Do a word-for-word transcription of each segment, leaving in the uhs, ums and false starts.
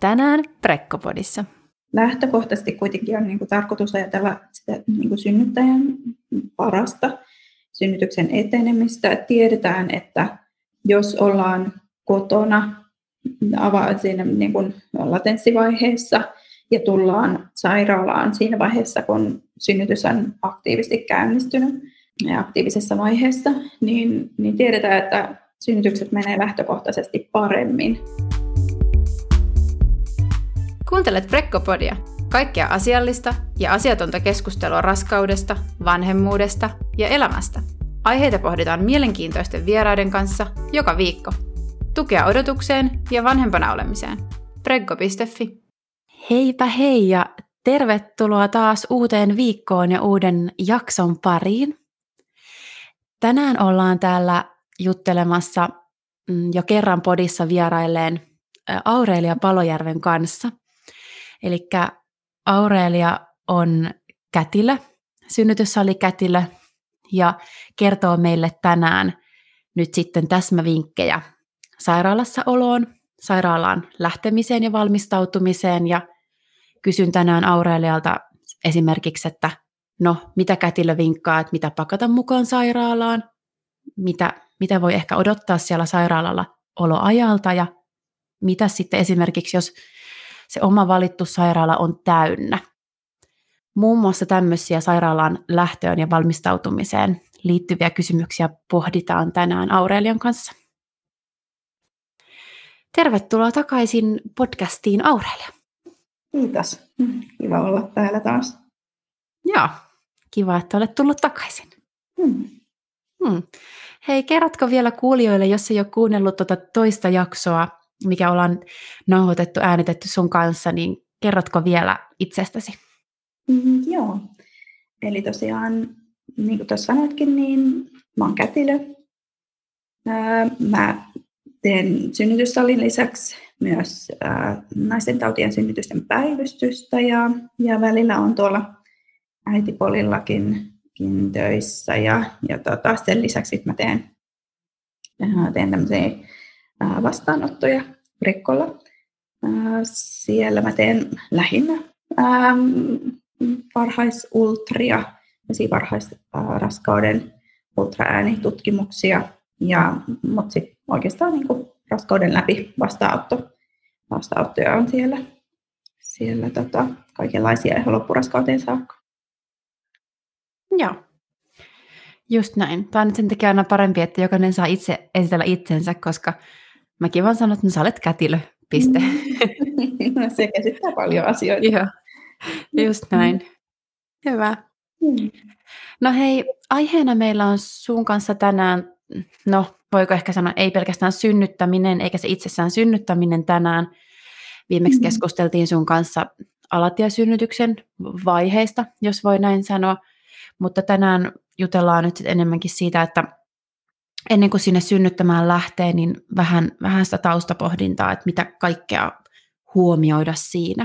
Tänään Prekkopodissa. Lähtökohtaisesti kuitenkin on niin kuin tarkoitus ajatella sitä niin kuin synnyttäjän parasta synnytyksen etenemistä. Tiedetään, että jos ollaan kotona siinä niin kuin latenssivaiheessa ja tullaan sairaalaan siinä vaiheessa, kun synnytys on aktiivisesti käynnistynyt ja aktiivisessa vaiheessa, niin, niin tiedetään, että synnytykset menee lähtökohtaisesti paremmin. Kuuntelet Prekkopodia. Kaikkea asiallista ja asiatonta keskustelua raskaudesta, vanhemmuudesta ja elämästä. Aiheita pohditaan mielenkiintoisten vieraiden kanssa joka viikko. Tukea odotukseen ja vanhempana olemiseen. Prekko piste fi. Heipä hei ja tervetuloa taas uuteen viikkoon ja uuden jakson pariin. Tänään ollaan täällä juttelemassa jo kerran podissa vierailleen Aurelia Palojärven kanssa. Eli Aurelia on kätilö, synnytyssalikätilö ja kertoo meille tänään nyt sitten täsmävinkkejä sairaalassa oloon, sairaalaan lähtemiseen ja valmistautumiseen. Ja kysyn tänään Aurelialta esimerkiksi, että no mitä kätilö vinkkaa, että mitä pakata mukaan sairaalaan, mitä, mitä voi ehkä odottaa siellä sairaalalla oloajalta ja mitä sitten esimerkiksi, jos se oma valittu sairaala on täynnä. Muun muassa tämmöisiä sairaalaan lähtöön ja valmistautumiseen liittyviä kysymyksiä pohditaan tänään Aurelian kanssa. Tervetuloa takaisin podcastiin, Aurelia. Kiitos. Kiva olla täällä taas. Joo, kiva, että olet tullut takaisin. Hmm. Hmm. Hei, kerrotko vielä kuulijoille, jos ei ole kuunnellut tuota toista jaksoa, mikä ollaan nauhoitettu, äänitetty sun kanssa, niin kerrotko vielä itsestäsi? Mm, joo. Eli tosiaan, niin kuin tuossa sanoitkin, niin mä oon kätilö. Ää, mä teen synnytyssalin lisäksi myös ää, naisten tautien synnytysten päivystystä ja, ja välillä on tuolla äitipolillakin töissä. Ja, ja tota, sen lisäksi mä teen, ää, teen tämmöisiä vastaanottoja Prekkolla. Siellä mä teen lähinnä varhaisultria, varhaisraskauden ultraäänitutkimuksia, ja, mutta sitten oikeastaan niin kuin raskauden läpi vastaanotto, vastaanottoja on siellä, siellä tota, kaikenlaisia ihan loppuraskauteen saakka. Joo. Just näin. Tämä on nyt sen takia aina parempi, että jokainen saa itse esitellä itsensä, koska mäkin vaan sanon, että sä olet kätilö, piste. No, se käsittää paljon asioita. Joo, just näin. Hyvä. Mm. No hei, aiheena meillä on sun kanssa tänään, no voiko ehkä sanoa, ei pelkästään synnyttäminen, eikä se itsessään synnyttäminen tänään. Viimeksi mm. keskusteltiin sun kanssa alatiesynnytyksen vaiheista, jos voi näin sanoa, mutta tänään jutellaan nyt enemmänkin siitä, että ennen kuin sinne synnyttämään lähtee, niin vähän, vähän sitä taustapohdintaa, että mitä kaikkea huomioida siinä.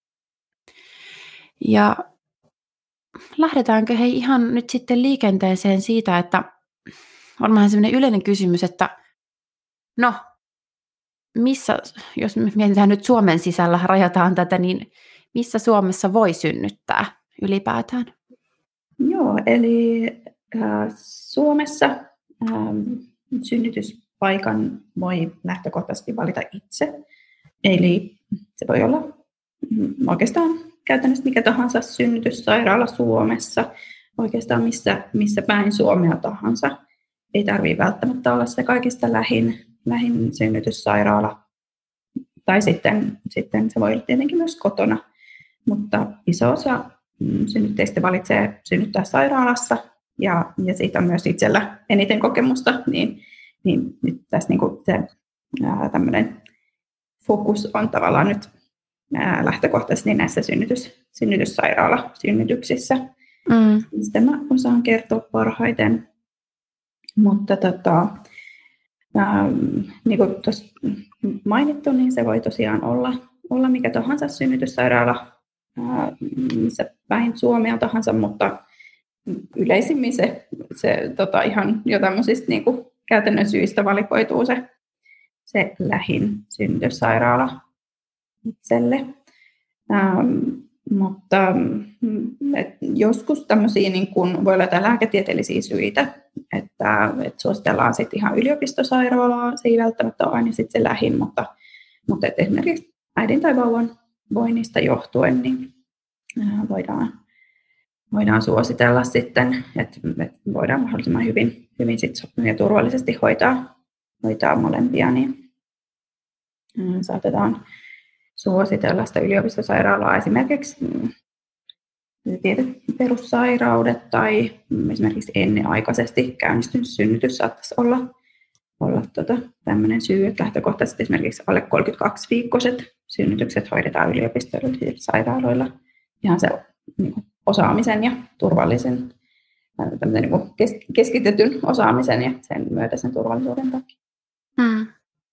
Ja lähdetäänkö hei ihan nyt sitten liikenteeseen siitä, että on vähän sellainen yleinen kysymys, että no, missä, jos mietitään nyt Suomen sisällä, rajataan tätä, niin missä Suomessa voi synnyttää ylipäätään? Joo, eli äh, Suomessa ähm, synnytyspaikan voi lähtökohtaisesti valita itse. Eli se voi olla mm, oikeastaan käytännössä mikä tahansa synnytyssairaala Suomessa, oikeastaan missä, missä päin Suomea tahansa. Ei tarvitse välttämättä olla se kaikista lähin, lähin synnytyssairaala. Tai sitten, sitten se voi olla tietenkin myös kotona, mutta iso osa synnytteistä valitsee synnyttää sairaalassa, ja, ja siitä on myös itsellä eniten kokemusta, niin, niin nyt tässä niin kuin se ää, tämmöinen fokus on tavallaan nyt ää, lähtökohtaisesti näissä synnytys, synnytyssairaala-synnytyksissä. Mm. Sitä mä osaan kertoa parhaiten, mutta tota, ää, niin kuin tuossa mainittu, niin se voi tosiaan olla, olla mikä tahansa synnytyssairaala, missä päin Suomea tahansa, mutta yleisimmin se, se tota, ihan jo tämmöisistä niin kuin käytännön syistä valikoituu se, se lähin synnytyssairaala. itselle. Ähm, mutta et joskus tämmöisiä niin kun voi olla jotain lääketieteellisiä syitä, että et suositellaan sit ihan yliopistosairaalaa, se ei välttämättä ole aina sit se lähin, mutta, mutta et esimerkiksi äidin tai vauvan voinnista johtuen niin ää, voidaan, voidaan suositella sitten, että et voidaan mahdollisimman hyvin, hyvin sit ja turvallisesti hoitaa, hoitaa molempia, niin ää, saatetaan suositella sitä yliopistosairaalaa esimerkiksi tietyt perussairaudet tai esimerkiksi ennenaikaisesti käynnistynyt synnytys saattaisi olla, olla tota, tämmöinen syy, että lähtökohtaisesti esimerkiksi alle kolmekymmentäkaksi-viikkoiset synnytykset hoidetaan yliopistollisilla sairaaloilla ihan se niin kuin, osaamisen ja turvallisen, niin kuin kes, keskitetyn osaamisen ja sen myötä sen turvallisuuden takia. Hmm.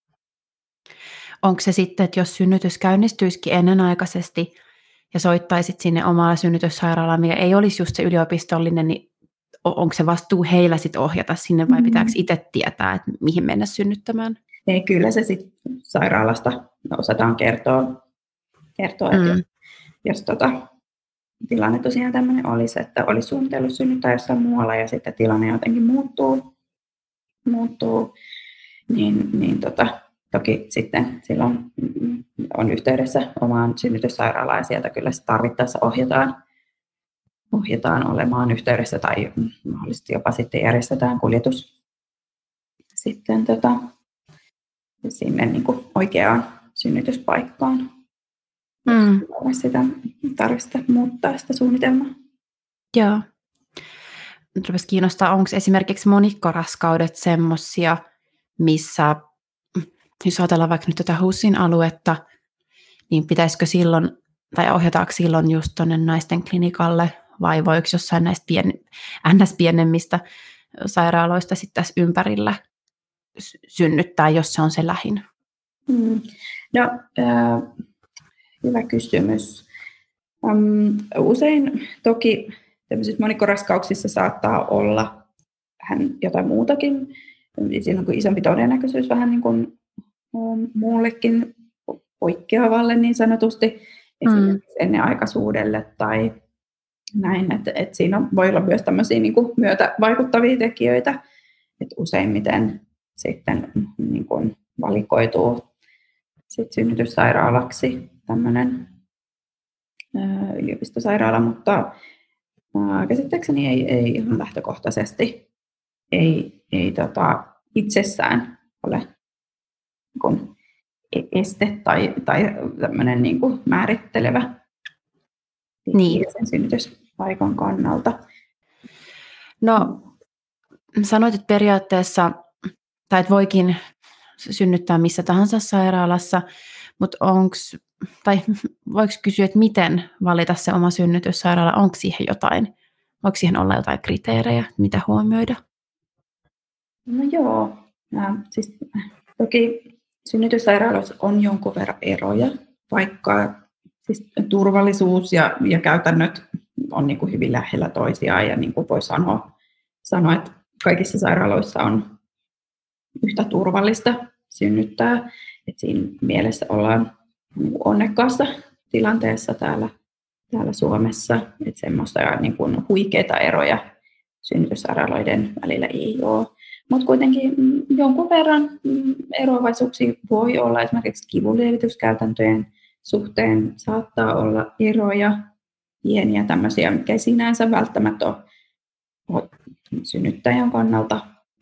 Onko se sitten, että jos synnytys käynnistyisikin ennenaikaisesti ja soittaisit sinne omalla synnytyssairaalaan, mikä ei olisi just se yliopistollinen, niin onko se vastuu heillä sitten ohjata sinne vai pitääkö itse tietää, että mihin mennä synnyttämään? Ei, kyllä se sitten sairaalasta osataan kertoa, kertoa että mm. jos, jos tota, tilanne tosiaan tämmöinen olisi, että olisi suunnitellut synnyttää jossain muualla ja sitten tilanne jotenkin muuttuu, muuttuu niin, niin tota, toki sitten silloin on yhteydessä omaan synnytyssairaalaan ja sieltä kyllä tarvittaessa ohjataan, ohjataan olemaan yhteydessä tai mahdollisesti jopa sitten järjestetään kuljetus sitten tota, sinne niin kuin oikeaan synnytyspaikkaan. Mm. Sitä tarvitsista muuttaa sitä suunnitelmaa. Joo. Nyt rupesi kiinnostaa, onko esimerkiksi monikkoraskaudet semmoisia, missä jos ajatellaan vaikka nyt tätä HUSin aluetta, niin pitäisikö silloin, tai ohjataanko silloin just tuonne naisten klinikalle, vai voiko jossain näistä pien, ns. Pienemmistä sairaaloista sitten tässä ympärillä synnyttää, jos se on se lähin? Mm. No, äh, hyvä kysymys. Um, usein toki tämmöisissä monikkoraskauksissa saattaa olla vähän jotain muutakin. Siinä on isompi todennäköisyys vähän niin kuin muullekin poikkeavalle niin sanotusti, esimerkiksi mm. ennenaikaisuudelle tai näin, että, että siinä voi olla myös tämmöisiä niin kuin myötä vaikuttavia tekijöitä, että useimmiten sitten niin kuin valikoituu sit synnytyssairaalaksi tämmöinen ää, yliopistosairaala, mutta ää, käsittääkseni ei, ei ihan lähtökohtaisesti ei, ei tota, itsessään ole kun este tai, tai tämmöinen niin kuin määrittelevä niin. sen synnytyspaikan kannalta. No, sanoit, että periaatteessa, tai että voikin synnyttää missä tahansa sairaalassa, mutta onko, tai voiko kysyä, että miten valita se oma synnytyssairaala, onko siihen jotain, voiko siihen olla jotain kriteerejä, mitä huomioida? No joo, ja, siis toki synnytyssairaaloissa on jonkun verran eroja, vaikka siis turvallisuus ja, ja käytännöt on niin kuin hyvin lähellä toisiaan ja niin kuin voi sanoa, sanoa, että kaikissa sairaaloissa on yhtä turvallista synnyttää. Et siinä mielessä ollaan niin kuin onnekkaassa tilanteessa täällä, täällä Suomessa, että semmoista niin kuin huikeita eroja synnytyssairaaloiden välillä ei ole. Mutta kuitenkin jonkun verran eroavaisuuksia voi olla, esimerkiksi kivunlievityskäytäntöjen suhteen saattaa olla eroja, pieniä tämmöisiä, mikä ei sinänsä välttämättä ole synnyttäjän kannalta,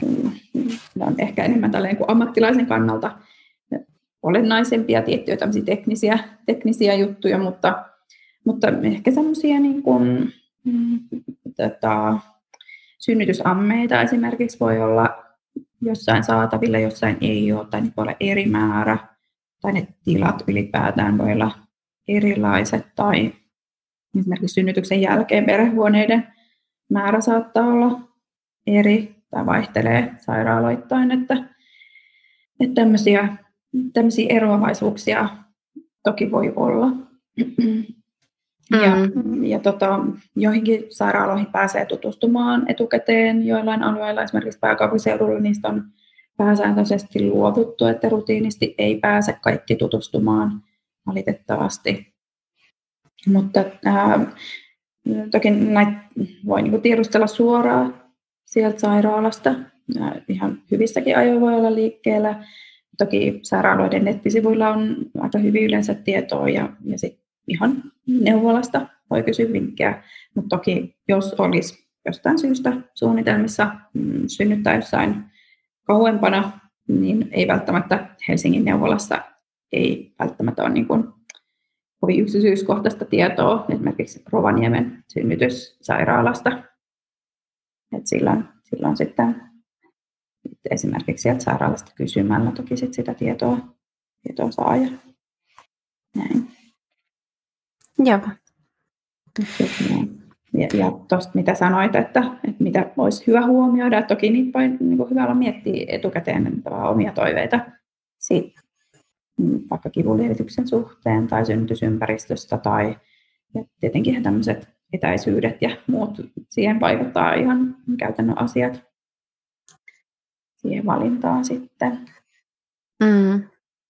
ne on ehkä enemmän tällainen kuin ammattilaisen kannalta olennaisempia tiettyjä tämmöisiä teknisiä, teknisiä juttuja, mutta, mutta ehkä semmoisia niin kuin, mm, tota, synnytysammeita esimerkiksi voi olla jossain saatavilla, jossain ei ole, tai niitä voi olla eri määrä, tai ne tilat ylipäätään voi olla erilaiset, tai esimerkiksi synnytyksen jälkeen perhehuoneiden määrä saattaa olla eri, tai vaihtelee sairaaloittain, että, että tämmöisiä, tämmöisiä eroavaisuuksia toki voi olla. Ja, mm. ja tota, joihinkin sairaaloihin pääsee tutustumaan etukäteen joillain alueilla, esimerkiksi pääkaupunkiseudulla niistä on pääsääntöisesti luovuttu, että rutiinisti ei pääse kaikki tutustumaan valitettavasti. Mutta ää, toki näitä voi niin kuin tiedustella suoraan sieltä sairaalasta. Ää, ihan hyvissäkin ajoin voi olla liikkeellä. Toki sairaaloiden nettisivuilla on aika hyvin yleensä tietoa ja, ja sit ihan neuvolasta voi kysyä vinkkejä. Mutta toki jos olisi jostain syystä suunnitelmissa mm, synnyttää jossain kauempana, niin ei välttämättä Helsingin neuvolassa ei välttämättä ole niin kuin kovin yksityiskohtaista tietoa esimerkiksi Rovaniemen synnytyssairaalasta. Et silloin, silloin sitten esimerkiksi sieltä sairaalasta kysymällä toki sit sitä tietoa, tietoa saa. Ja näin. Joo. Ja, ja tuosta mitä sanoit, että, että mitä olisi hyvä huomioida, että toki niitä voi niin hyvä olla miettiä etukäteen omia toiveita siitä, vaikka kivunlievityksen suhteen tai synnytysympäristöstä tai ja tietenkin tämmöiset etäisyydet ja muut siihen vaikuttaa ihan käytännön asiat siihen valintaan sitten. Mm.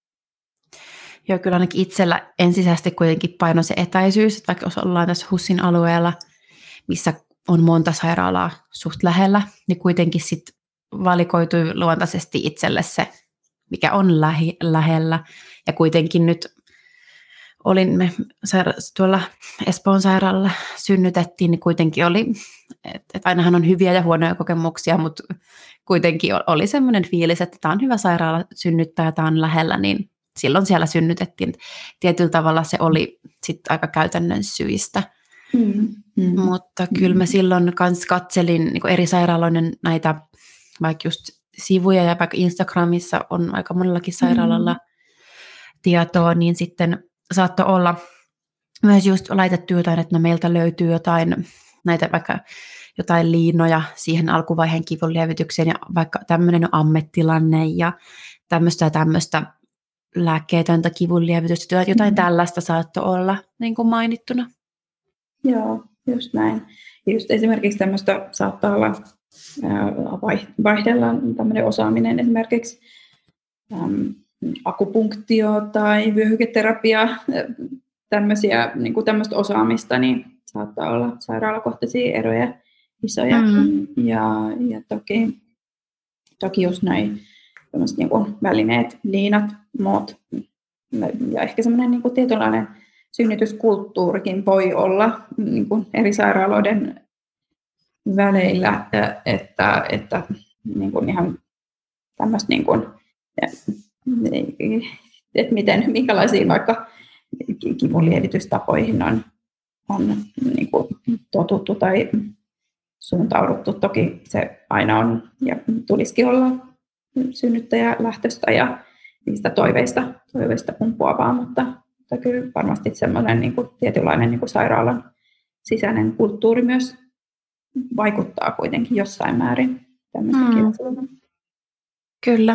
Joo, kyllä ainakin itsellä ensisijaisesti kuitenkin paino se etäisyys, että vaikka jos ollaan tässä HUSin alueella, missä on monta sairaalaa suht lähellä, niin kuitenkin sitten valikoitui luontaisesti itselle se, mikä on lähi, lähellä. Ja kuitenkin nyt olin me saira- tuolla Espoon sairaalalla synnytettiin, niin kuitenkin oli, että et ainahan on hyviä ja huonoja kokemuksia, mutta kuitenkin oli semmoinen fiilis, että tämä on hyvä sairaala synnyttää ja tämä on lähellä, niin silloin siellä synnytettiin. Tietyllä tavalla se oli sitten aika käytännön syistä. Mm, mm, mutta kyllä mä silloin kans katselin niin eri sairaaloiden näitä, vaikka just sivuja ja vaikka Instagramissa on aika monellakin sairaalalla mm. tietoa, niin sitten saattoi olla myös just laitettu jotain, että no meiltä löytyy jotain näitä vaikka jotain liinoja siihen alkuvaiheen kivunlievitykseen ja vaikka tämmöinen on ammettilanne ja tämmöistä ja tämmöistä lääkkeetöntä kivunlievitystä, jotain mm. tällaista saattoi olla niin kuin mainittuna. Joo, just näin. Just esimerkiksi tämmöistä saattaa olla vaihdella tämmöinen osaaminen esimerkiksi äm, akupunktio tai vyöhyketerapia, tämmöisiä, niin kuin tämmöistä osaamista, niin saattaa olla sairaalakohtaisia eroja isoja. Mm. Ja, ja toki, toki just näin tämmöiset niin kuin välineet, liinat, muut ja ehkä semmoinen niin kuin tietynlainen synnytyskulttuurikin voi olla niin kuin eri sairaaloiden väleillä, että, että niin kuin ihan tämmöistä, niin kuin, että miten, minkälaisiin vaikka kivunlievitystapoihin on, on niin kuin totuttu tai suuntauduttu. Toki se aina on ja tulisikin olla synnyttäjälähtöistä ja niistä toiveista, toiveista kumpuavaa, mutta, mutta kyllä varmasti semmoinen niin kuin tietynlainen niin kuin sairaalan sisäinen kulttuuri myös vaikuttaa kuitenkin jossain määrin tämmöisenkin mm. asioihin. Kyllä.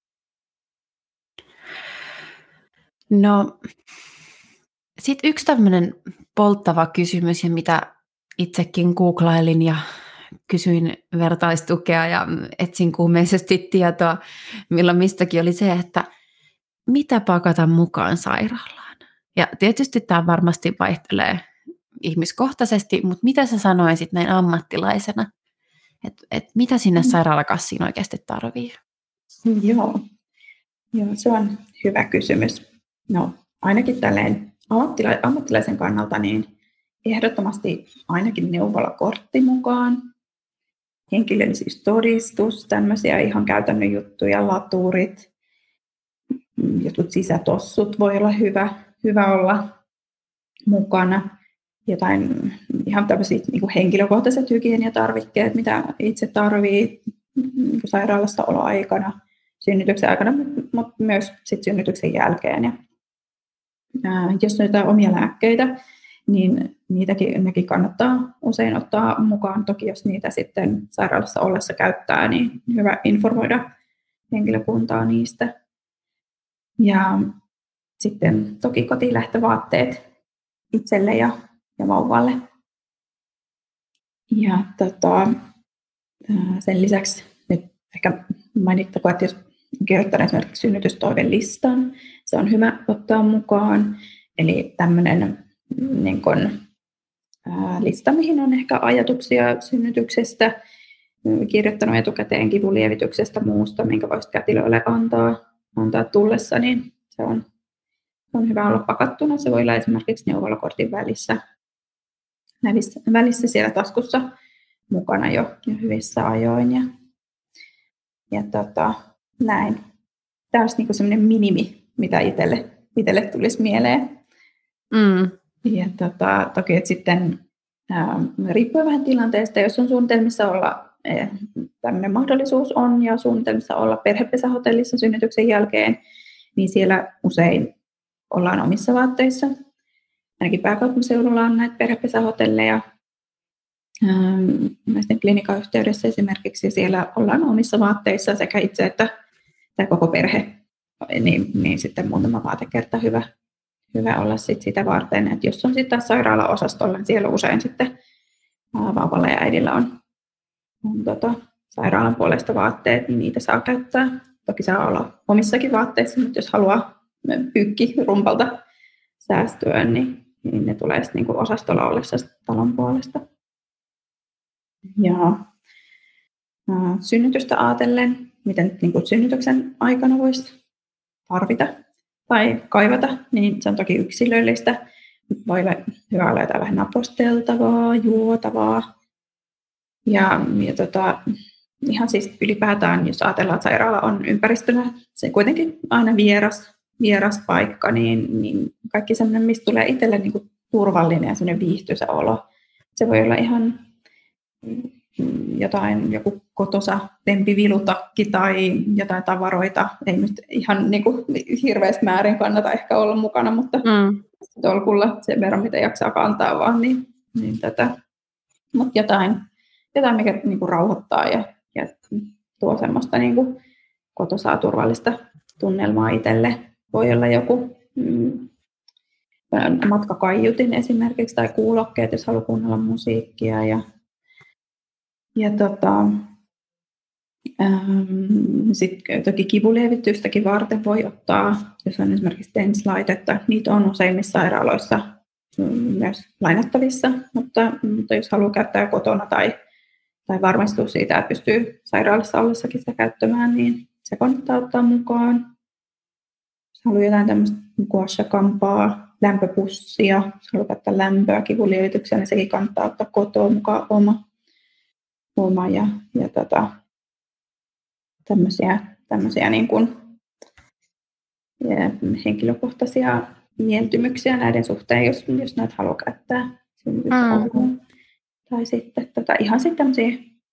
No, sitten yksi tämmöinen polttava kysymys, ja mitä itsekin googlailin ja kysyin vertaistukea ja etsin kuumeisesti tietoa, milloin mistäkin oli se, että mitä pakata mukaan sairaalaan. Ja tietysti tämä varmasti vaihtelee ihmiskohtaisesti, mutta mitä sä sanoisit näin ammattilaisena, että et mitä sinne sairaalakassiin oikeasti tarvii? Joo. Joo, se on hyvä kysymys. No, ainakin tälleen ammattila- ammattilaisen kannalta niin ehdottomasti ainakin neuvolakortti mukaan, henkilöllisyystodistus, tämmöisiä ihan käytännön juttuja, laturit, jotkut sisätossut voi olla hyvä, hyvä olla mukana. Jotain ihan tämmöisiä niin kuin henkilökohtaiset hygieniatarvikkeet, mitä itse tarvii niin kuin sairaalassa oloaikana, synnytyksen aikana, mutta myös sit synnytyksen jälkeen. Ja, ää, jos on jotain omia lääkkeitä, niin niitäkin nekin kannattaa usein ottaa mukaan. Toki jos niitä sitten sairaalassa ollessa käyttää, niin hyvä informoida henkilökuntaa niistä. Ja sitten toki kotilähtövaatteet itselle ja, ja vauvalle. Ja tota, sen lisäksi nyt ehkä mainittakoon, että jos kirjoittaa esimerkiksi synnytystoivelistan se on hyvä ottaa mukaan. Eli tämmöinen niin kun, ää, lista, mihin on ehkä ajatuksia synnytyksestä, kirjoittanut etukäteen kivunlievityksestä, muusta, minkä voisit kätilöille antaa, antaa tullessa, niin se on, on hyvä olla pakattuna. Se voi olla esimerkiksi neuvolakortin välissä, välissä, välissä siellä taskussa mukana jo, jo hyvissä ajoin. Ja, ja tota, näin. Tämä olisi niin semmoinen minimi, mitä itselle, itselle tulisi mieleen. Mm. Ja tota, toki että sitten ää, riippuu vähän tilanteesta, jos on suunnitelmissa olla, eh, tämmöinen mahdollisuus on ja suunnitelmissa olla perhepesähotellissa synnytyksen jälkeen, niin siellä usein ollaan omissa vaatteissa. Ainakin pääkaupunkiseudulla on näitä perhepesähotelleja. Naisten klinikan yhteydessä esimerkiksi siellä ollaan omissa vaatteissa sekä itse että tämä koko perhe, niin, niin sitten muutama vaatekerta hyvä, hyvä olla sit sitä varten, että jos on sitten sairaalaosastolla, niin siellä usein sitten vauvalla ja äidillä on, on tota, sairaalan puolesta vaatteet, niin niitä saa käyttää. Toki saa olla omissakin vaatteissa, mutta jos haluaa pyykki rumpalta säästyä, niin, niin ne tulee sitten niinku osastolla ollessa talon puolesta. Ja ää, synnytystä ajatellen, miten niin kuin synnytyksen aikana voisi tarvita tai kaivata, niin se on toki yksilöllistä. Voi olla hyvä olla jotain vähän naposteltavaa, juotavaa. Ja, ja tota, ihan siis ylipäätään, jos ajatellaan, että sairaala on ympäristönä, se kuitenkin aina vieras, vieras paikka, niin, niin kaikki semmoinen, mistä tulee itselle niin kuin turvallinen ja semmoinen viihtyisä olo. Se voi olla ihan jotain, joku kotosa lempivilutakki tai jotain tavaroita. Ei nyt ihan niin kuin hirveässä määrin kannata ehkä olla mukana, mutta mm. tolkulla sen verran, mitä jaksaa kantaa vaan. Niin, niin tätä. Mut jotain, jotain, mikä niin kuin rauhoittaa ja, ja tuo semmoista niin kuin kotosaa turvallista tunnelmaa itselle. Voi olla joku mm, matkakaiutin esimerkiksi tai kuulokkeet, jos haluaa kuunnella musiikkia. Ja Ja tota, ähm, sitten toki kivunlievitystäkin varten voi ottaa, jos on esimerkiksi TENS-laitetta, niitä on useimmissa sairaaloissa myös lainattavissa, mutta, mutta jos haluaa käyttää kotona tai, tai varmistua siitä, että pystyy sairaalassa ollessakin sitä käyttämään, niin se kannattaa ottaa mukaan. Jos haluaa jotain tämmöistä guashakampaa, lämpöpussia, jos haluaa käyttää lämpöä kivunlievitykseen, niin sekin kannattaa ottaa kotoa mukaan oma. Oma ja, ja tota, tämmöisiä, tämmöisiä niin kuin, ja henkilökohtaisia mieltymyksiä näiden suhteen, jos, jos näitä haluaa käyttää. Mm. Tai sitten tota, ihan sitten tämmöisiä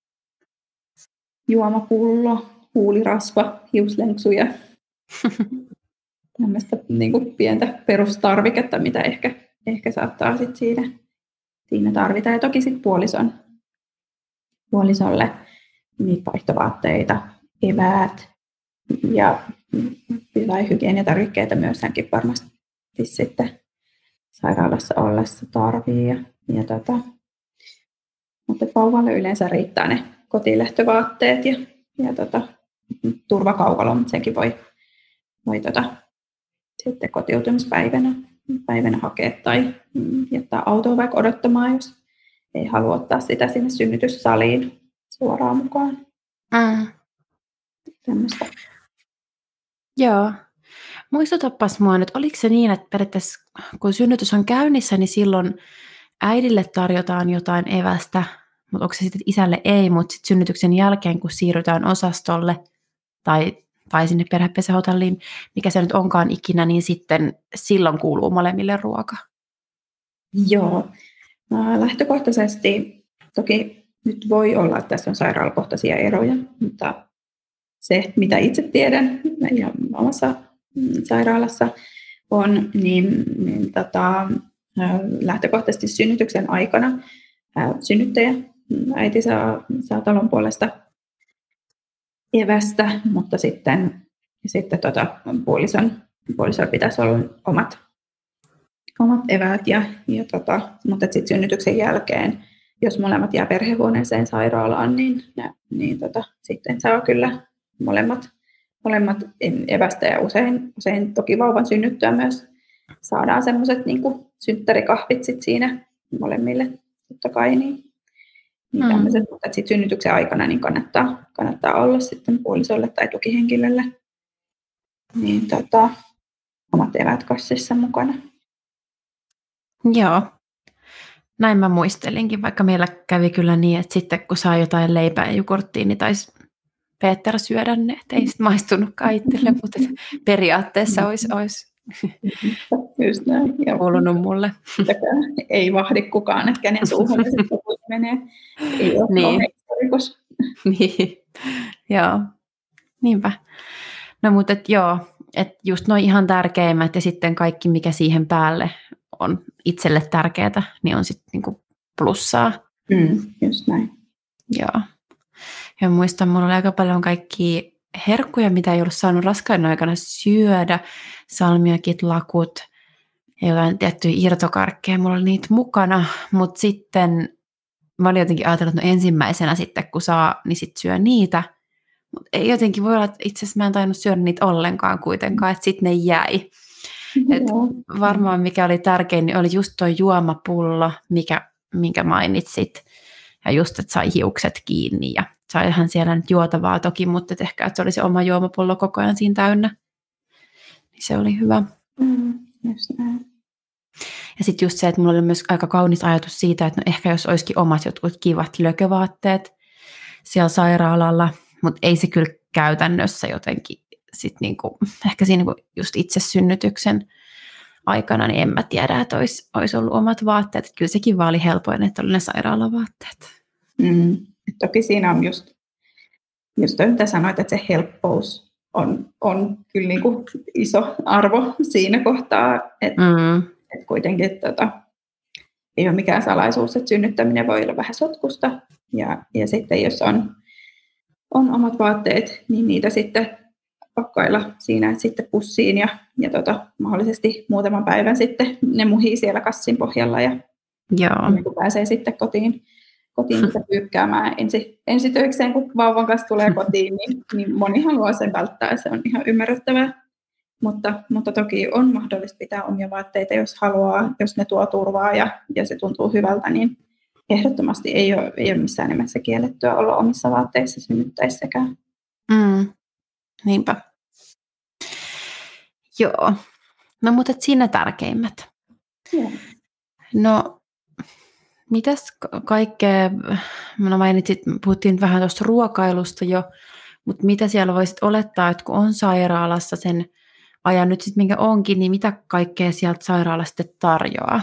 juomapullo, huulirasva, hiuslenksuja. Tämmöistä niin kuin pientä perustarviketta, mitä ehkä, ehkä saattaa sit siinä, siinä tarvita. Ja toki sitten puolison. puolisolle niitä vaihtovaatteita, eväät ja jotain hygieniatarvikkeita myös hänkin varmasti sitten sairaalassa ollessa tarvii. Ja, ja tota, mutta vauvalle yleensä riittää ne kotilehtovaatteet ja, ja tota, turvakaukalo, mutta senkin voi, voi tota, sitten kotiutumispäivänä päivänä hakea tai jättää autoa vaikka odottamaan, jos ei halua ottaa sitä sinne synnytyssaliin suoraan mukaan. Mm. Tämmöistä. Joo. Muistutapas mua nyt, oliko se niin, että periaatteessa kun synnytys on käynnissä, niin silloin äidille tarjotaan jotain evästä, mutta onko se sitten isälle ei, mutta sitten synnytyksen jälkeen, kun siirrytään osastolle tai, tai sinne perhepesähotelliin, mikä se nyt onkaan ikinä, niin sitten silloin kuuluu molemmille ruoka. Joo. No, lähtökohtaisesti toki nyt voi olla, että tässä on sairaalakohtaisia eroja, mutta se, mitä itse tiedän ja omassa sairaalassa on, niin, niin tota, lähtökohtaisesti synnytyksen aikana ää, synnyttäjä, äiti saa, saa talon puolesta evästä, mutta sitten, sitten tota, puolison, puolison pitäisi olla omat omat eväät, ja, ja tota, mutta sitten synnytyksen jälkeen, jos molemmat jää perhehuoneeseen sairaalaan, niin, ne, niin tota, sitten saa kyllä molemmat molemmat evästä ja usein, usein toki vauvan synnyttyä myös saadaan semmoiset niin kuin synttärikahvit sit siinä molemmille totta kai. Niin, niin Mm. tämmöiset, mutta sitten synnytyksen aikana niin kannattaa, kannattaa olla sitten puolisolle tai tukihenkilölle niin, tota, omat evät kassissa mukana. Joo. Näin mä muistelinkin, vaikka meillä kävi kyllä niin, että sitten kun saa jotain leipää ja jogurttia, niin taisi Peter syödä ne, että ei sitten maistunutkaan itselle, mutta periaatteessa olisi, olisi Just näin. Ja kuulunut mulle. ei vahdi kukaan, että kenen suuhun se sitten menee. Ei ole Niin. rikos. Niin, joo, niinpä. No mutta et joo, että just noin ihan tärkeimmät ja sitten kaikki, mikä siihen päälle on itselle tärkeää, niin on sitten niinku plussaa. Mm, just näin. Joo. Ja muistan, mulla oli aika paljon kaikkia herkkuja, mitä ei ollut saanut raskauden aikana syödä, salmiakit, lakut ja jotain tiettyjä irtokarkkeja, mulla oli niitä mukana, mutta sitten mä olin jotenkin ajatellut, että no ensimmäisenä sitten kun saa, niin sitten syö niitä, mutta ei jotenkin voi olla, että itse asiassa mä en tainnut syödä niitä ollenkaan kuitenkaan, että sitten ne jäi. Et varmaan mikä oli tärkein, niin oli just tuo juomapullo, mikä, minkä mainitsit, ja just, että sai hiukset kiinni ja saihan siellä nyt juotavaa toki, mutta et ehkä, että se oli se oma juomapullo koko ajan siinä täynnä. Niin se oli hyvä. Mm, just näin. Ja sitten just se, että mulla oli myös aika kaunis ajatus siitä, että no ehkä jos olisikin omat jotkut kivat lökövaatteet siellä sairaalalla, mutta ei se kyllä käytännössä jotenkin sit niinku, ehkä siinä niinku just itse synnytyksen aikana, niin en mä tiedä, että olisi, olisi ollut omat vaatteet. Että kyllä sekin vaan oli helpoin, että oli ne sairaalavaatteet. Mm. Toki siinä on just, just mitä sanoit, että se helppous on, on kyllä niin kuin iso arvo siinä kohtaa, että Mm. et kuitenkin tota, ei ole mikään salaisuus, että synnyttäminen voi olla vähän sotkusta. Ja, ja sitten jos on, on omat vaatteet, niin niitä sitten pakkailla siinä sitten pussiin ja, ja tota, mahdollisesti muutaman päivän sitten ne muhii siellä kassin pohjalla ja Joo. niin kun pääsee sitten kotiin, kotiin sitä pyykkäämään ensi, ensitöikseen, kun vauvan kanssa tulee kotiin, niin, niin moni haluaa sen välttää ja se on ihan ymmärrettävää. Mutta, mutta toki on mahdollista pitää omia vaatteita, jos haluaa, jos ne tuo turvaa ja, ja se tuntuu hyvältä, niin ehdottomasti ei ole, ei ole missään nimessä kiellettyä olla omissa vaatteissa synnyttäessäkään. Mm. Niinpä. Joo. No mutta et siinä tärkeimmät. Joo. No, mitäs ka- kaikkea, no mainitsit, puhuttiin vähän tuosta ruokailusta jo, mutta mitä siellä voisit olettaa, että kun on sairaalassa sen ajan nyt sitten minkä onkin, niin mitä kaikkea sieltä sairaalasta tarjoaa?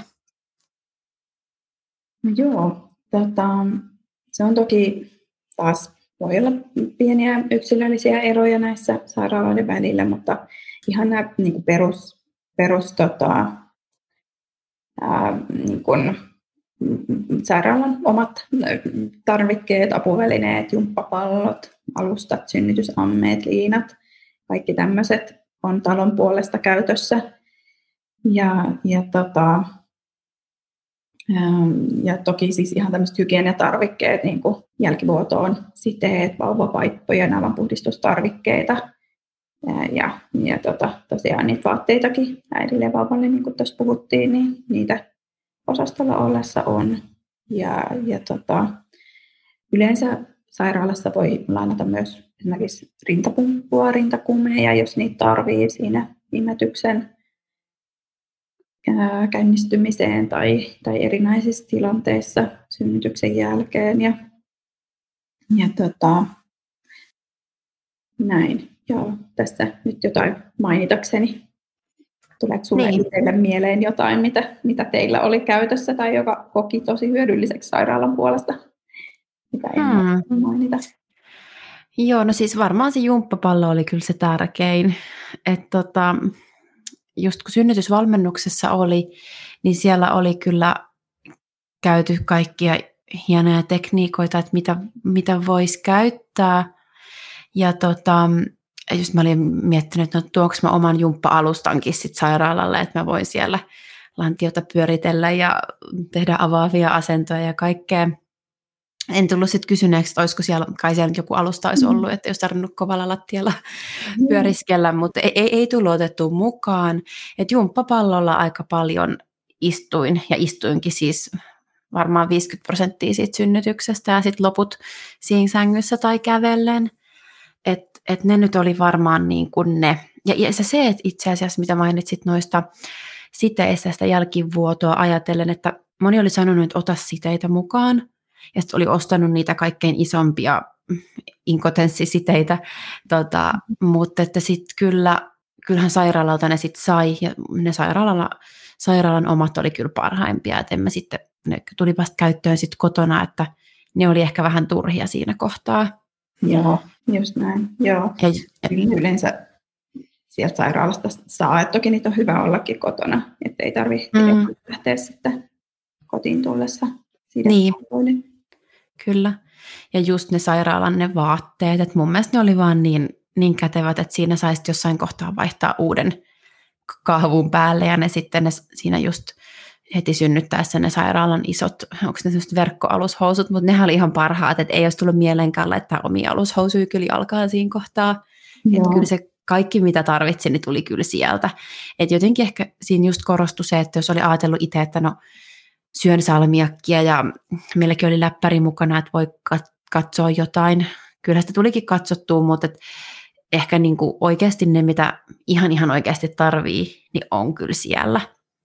No joo, tota, se on toki taas voi olla pieniä yksilöllisiä eroja näissä sairaaloiden välillä, mutta ihan nämä niin kuin perus, perus tota, ää, niin kuin, sairaalan omat tarvikkeet, apuvälineet, jumppapallot, alustat, synnytysammeet, liinat, kaikki tämmöiset on talon puolesta käytössä. Ja, ja, tota, ja toki siis ihan tämmöiset hygieniatarvikkeet, niin kuin jälkivuotoon siteet, vauvapaippoja, navanpuhdistustarvikkeita. Ja, ja, ja tota, tosiaan niitä vaatteitakin äidille ja vauvalle, niin kuin tuossa puhuttiin, niin niitä osastolla ollessa on. Ja, ja tota, yleensä sairaalassa voi lainata myös esimerkiksi rintapumppua, rintakumeja, jos niitä tarvii siinä imetyksen ää, käynnistymiseen tai, tai erinäisissä tilanteissa synnytyksen jälkeen. Ja, ja tota, näin. Joo, tässä nyt jotain mainitakseni. Tuleeko sinulle niin itselle mieleen jotain, mitä, mitä teillä oli käytössä tai joka koki tosi hyödylliseksi sairaalan puolesta, mitä en hmm. mainita? Joo, no siis varmaan se jumppapallo oli kyllä se tärkein. Että tota, just kun synnytysvalmennuksessa oli, niin siellä oli kyllä käyty kaikkia hienoja tekniikoita, että mitä, mitä voisi käyttää. Ja tota, just mä olin miettinyt, että no, tuonko mä oman jumppa-alustankin sit sairaalalle, että mä voin siellä lantiota pyöritellä ja tehdä avaavia asentoja ja kaikkea. en tullut sitten kysyneeksi, että olisiko siellä, kai siellä nyt joku alusta olisi ollut, että jos tarvinnut kovalla lattialla Mm. pyöriskellä, mutta ei, ei, ei tullut otettua mukaan. Että jumppapallolla aika paljon istuin, ja istuinkin siis varmaan viisikymmentä prosenttia siitä synnytyksestä, ja sitten loput siinä sängyssä tai kävellen. Että et ne nyt oli varmaan niin kuin ne. Ja, ja se, se, että itse asiassa, mitä mainitsit noista siteistä, sitä jälkivuotoa ajatellen, että moni oli sanonut, että ota siteitä mukaan, ja sitten oli ostanut niitä kaikkein isompia inkotenssisiteitä, tota, mutta että sitten kyllä, kyllähän sairaalalta ne sitten sai, ja ne sairaalalla, sairaalan omat oli kyllä parhaimpia, että en mä sitten, ne tuli vasta käyttöön sitten kotona, että ne oli ehkä vähän turhia siinä kohtaa. Joo, just näin. Joo. Ja, Kyllä yleensä sieltä sairaalasta saa, että toki niitä on hyvä ollakin kotona, että ei tarvitse mm. lähteä sitten kotiin tullessa. Niin, kyllä. Ja just ne sairaalan ne vaatteet, että mun mielestä ne oli vaan niin, niin kätevät, että siinä saisi jossain kohtaa vaihtaa uuden kahvun päälle, ja ne sitten ne, siinä just heti synnyttäessä ne sairaalan isot, onko ne sellaiset verkkoalushousut, mutta nehän oli ihan parhaat, että ei olisi tullut mieleenkään laittaa omia alushousuja kyllä jalkaan siinä kohtaa. Että kyllä se kaikki, mitä tarvitsin, niin tuli kyllä sieltä. Että jotenkin ehkä siinä just korostui se, että jos oli ajatellut itse, että no syön salmiakkia ja meilläkin oli läppäri mukana, että voi katsoa jotain. Kyllä sitä tulikin katsottua, mutta et ehkä niinku oikeasti ne, mitä ihan ihan oikeasti tarvii, niin on kyllä siellä.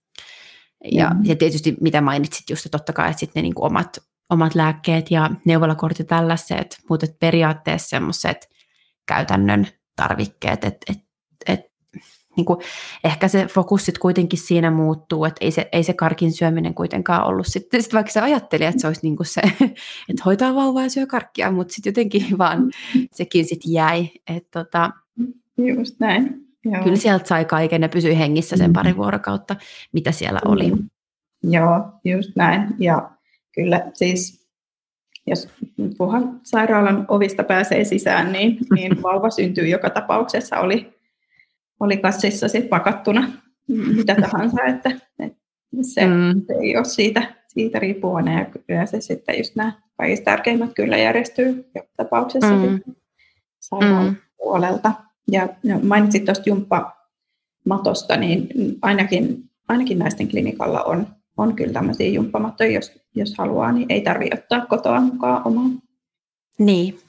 Ja, mm. ja tietysti mitä mainitsit just, että totta kai, että sitten ne niinku omat, omat lääkkeet ja neuvolakortit ja tällaiset, mutta et periaatteessa semmoiset käytännön tarvikkeet, että et, et, niinku, ehkä se fokus sitten kuitenkin siinä muuttuu, että ei se, ei se karkin syöminen kuitenkaan ollut sitten, sit vaikka se ajatteli, että se olisi niinku se, että hoitaa vauvaa ja syö karkkia, mutta sitten jotenkin vaan sekin sitten jäi. Että tota, just näin. Joo. Kyllä sieltä sai kaiken ja pysyi hengissä sen pari vuorokautta, mitä siellä oli. Mm. Joo, just näin. Ja kyllä siis, jos kunhan sairaalan ovista pääsee sisään, niin, niin vauva syntyy joka tapauksessa, oli, oli kassissa sit pakattuna mitä tahansa, että, että se, mm. se ei ole siitä, siitä riippuvainen. Ja kyllä se sitten just nämä kaikista tärkeimmät kyllä järjestyy joka tapauksessa mm. sairaalan mm. puolelta. Ja mainitsit tuosta jumppamatosta, niin ainakin, ainakin naisten klinikalla on, on kyllä tämmöisiä jumppamattoja, jos, jos haluaa, niin ei tarvitse ottaa kotoa mukaan omaa. Niin.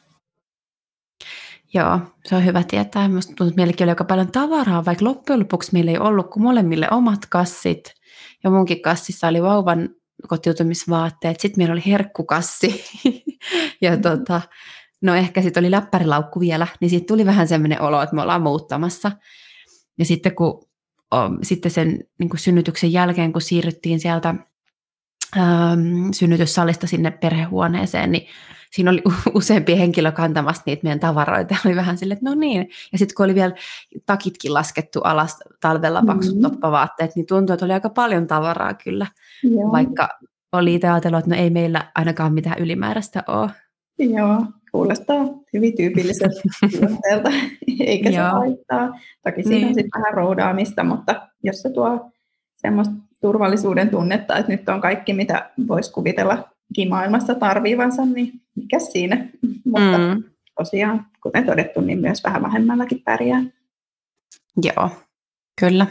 Joo, se on hyvä tietää. Minusta tuntuu, että meilläkin oli aika paljon tavaraa, vaikka loppujen lopuksi meillä ei ollut kuin molemmille omat kassit. Ja munkin kassissa oli vauvan kotiutumisvaatteet. Sitten meillä oli herkkukassi. ja mm-hmm. tota... No ehkä sitten oli läppärilaukku vielä, niin siitä tuli vähän semmoinen olo, että me ollaan muuttamassa. Ja sitten, kun, oh, sitten sen niin kuin synnytyksen jälkeen, kun siirryttiin sieltä ähm, synnytyssalista sinne perhehuoneeseen, niin siinä oli useampi henkilö kantamassa niitä meidän tavaroita. Oli vähän silleen, että no niin. Ja sitten kun oli vielä takitkin laskettu alas talvella paksut mm-hmm. toppavaatteet, niin tuntui, että oli aika paljon tavaraa kyllä. Joo. Vaikka oli itse ajatellut, että no ei meillä ainakaan mitään ylimääräistä ole. Joo, kuulostaa hyvin tyypilliseltä tilanteelta, eikä se haittaa. Toki siinä niin. on sitten vähän roudaamista, mutta jos se tuo semmoista turvallisuuden tunnetta, että nyt on kaikki, mitä voisi kuvitella maailmassa tarviivansa, niin mikä siinä? Mutta mm. tosiaan, kuten todettu, niin myös vähän vähemmälläkin pärjää. Joo, kyllä.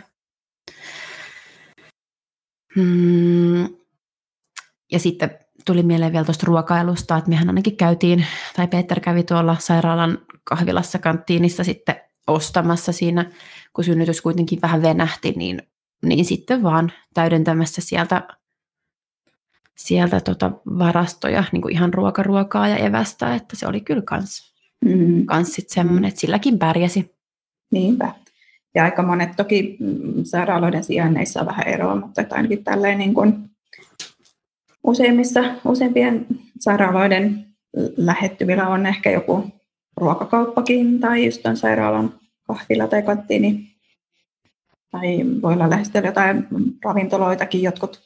Hmm. Ja sitten tuli mieleen vielä tuosta ruokailusta, että mehän ainakin käytiin, tai Peter kävi tuolla sairaalan kahvilassa kanttiinissa sitten ostamassa siinä, kun synnytys kuitenkin vähän venähti, niin, niin sitten vaan täydentämässä sieltä, sieltä tota varastoja, niin kuin ihan ruokaruokaa ja evästä, että se oli kyllä kans, mm. kans sitten semmoinen, että silläkin pärjäsi. Niinpä. Ja aika monet toki sairaaloiden sijainneissa on vähän eroa, mutta ainakin tälleen niin kuin useimmissa, useimpien sairaaloiden lähettyvillä on ehkä joku ruokakauppakin tai just on sairaalan kahvila tai kanttiini. Tai voi olla lähestyä jotain ravintoloitakin, jotkut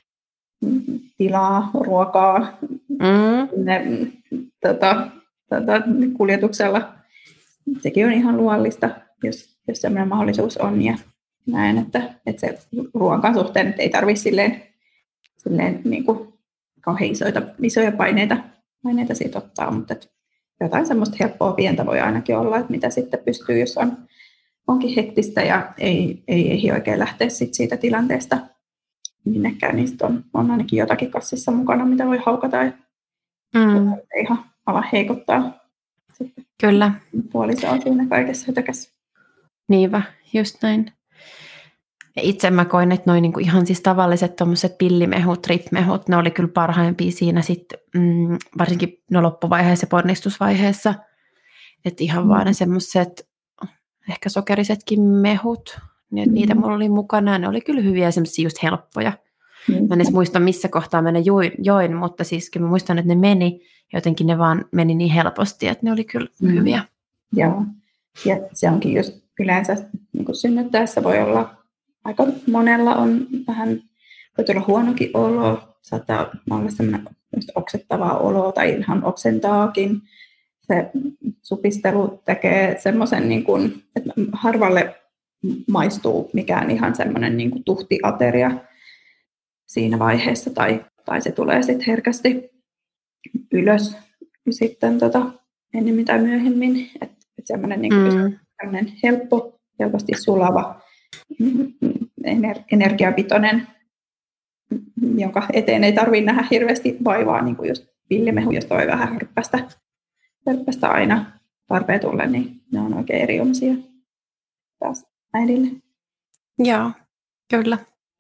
tilaa ruokaa mm. ne, tota, tota, kuljetuksella. Sekin on ihan luonnollista, jos, jos sellainen mahdollisuus on. Ja näen, että, että se ruoan suhteen ei tarvitse silleen, silleen niin kuin kauhean isoja, isoja paineita aineita siitä ottaa, mutta jotain semmoista helppoa pientä voi ainakin olla, että mitä sitten pystyy, jos on, onkin hektistä ja ei, ei ehdi oikein lähteä sit siitä tilanteesta minnekään, niin on, on ainakin jotakin kassissa mukana, mitä voi haukata ja mm. ihan ala heikottaa sitten Kyllä. puolisoa siinä kaikessa hötökässä. Niinpä, just näin. Ja itse mä koin, että noin niinku ihan siis tavalliset tommoset pillimehut, ripmehut, ne oli kyllä parhaimpia siinä sitten, mm, varsinkin no loppuvaiheessa ja ponnistusvaiheessa. Että ihan mm. vaan ne semmoiset, ehkä sokerisetkin mehut, niin mm. niitä mulla oli mukana. Ne oli kyllä hyviä semmoisia just helppoja. Mm. Mä en edes muista, missä kohtaa mä ne join, join, mutta siis kyllä mä muistan, että ne meni. Jotenkin ne vaan meni niin helposti, että ne oli kyllä mm. hyviä. Joo, ja se onkin just yleensä niin kuin synnyttäessä voi olla, aika monella on vähän, voi tulla huonokin olo, saattaa olla semmoinen oksettavaa oloa tai ihan oksentaakin. Se supistelu tekee semmoisen, niin kuin, että harvalle maistuu mikään ihan semmoinen niin kuin tuhtiateria siinä vaiheessa, tai, tai se tulee sitten herkästi ylös sitten tota, ennemmin tai myöhemmin. Että et semmoinen niin kuin, mm. helppo, helposti sulava, ener- energiapitoinen, jonka eteen ei tarvitse nähdä hirveästi vaivaa, niin kuin just pillimehu, jos toi vähän hörppästä, hörppästä aina tarpeen tulle, niin ne on oikein erinomaisia taas äidille. Joo, kyllä.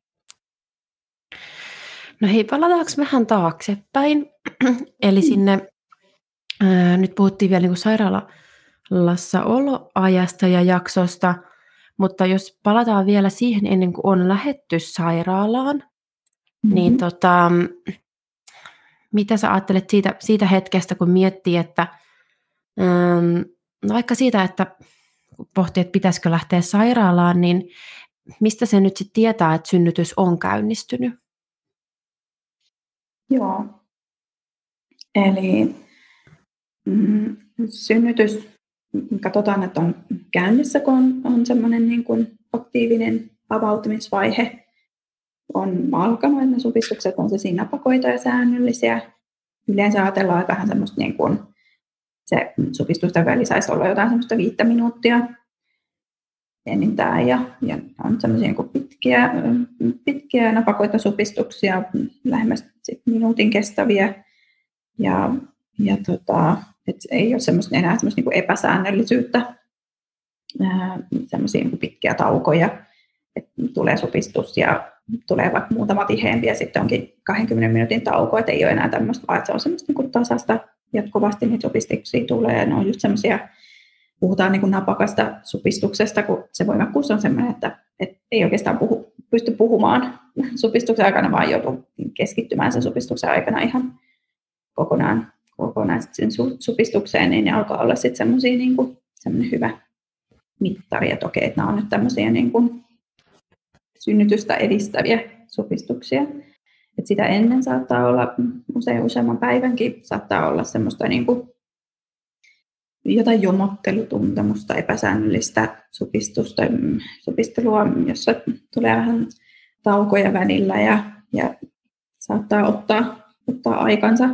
No hei, palataanko vähän taaksepäin? Eli sinne, ää, nyt puhuttiin vielä niin kuin sairaalassa oloajasta ja jaksosta, mutta jos palataan vielä siihen ennen kuin on lähetty sairaalaan, mm-hmm. niin tota, mitä sä ajattelet siitä, siitä hetkestä, kun miettii, että ähm, no vaikka siitä, että pohtii, että pitäisikö lähteä sairaalaan, niin mistä se nyt sitten tietää, että synnytys on käynnistynyt? Joo. Eli mm, synnytys, katsotaan, että on käynnissä, kun on, on semmoinen niin kuin aktiivinen avautumisvaihe on alkanut, että ne supistukset on se siinä napakoita ja säännöllisiä. Yleensä ajatellaan, että vähän semmoista niin kuin se supistusten väli saisi olla jotain semmoista viittä minuuttia enintään ja, ja on semmoisia niin kuin pitkiä, pitkiä napakoita supistuksia, lähemmäs minuutin kestäviä ja, ja tota, et ei ole semmoista, enää semmoista niin kuin epäsäännöllisyyttä, ää, semmoisia niin kuin pitkiä taukoja, että tulee supistus ja tulee vaikka muutama tiheempi ja sitten onkin kahdenkymmenen minuutin tauko, että ei ole enää tämmöistä, vaan se on semmoista niin kuin tasasta jatkuvasti niitä supistuksia tulee. Ne on just semmoisia, puhutaan niin kuin napakasta supistuksesta, kun se voimakkuus on semmoinen, että, että ei oikeastaan puhu, pysty puhumaan supistuksen aikana, vaan joutuu keskittymään sen supistuksen aikana ihan kokonaan, kokonaan sen supistukseen, niin ne alkaa olla sitten semmoisia niin kuin semmoinen hyvä mittari, että okei, että nämä on nyt tämmöisiä niin kuin synnytystä edistäviä supistuksia. Et sitä ennen saattaa olla usein useamman päivänkin, saattaa olla semmoista niin kuin jotain jomottelutuntemusta, epäsäännöllistä supistusta, supistelua, jossa tulee vähän taukoja välillä ja, ja saattaa ottaa, ottaa aikansa.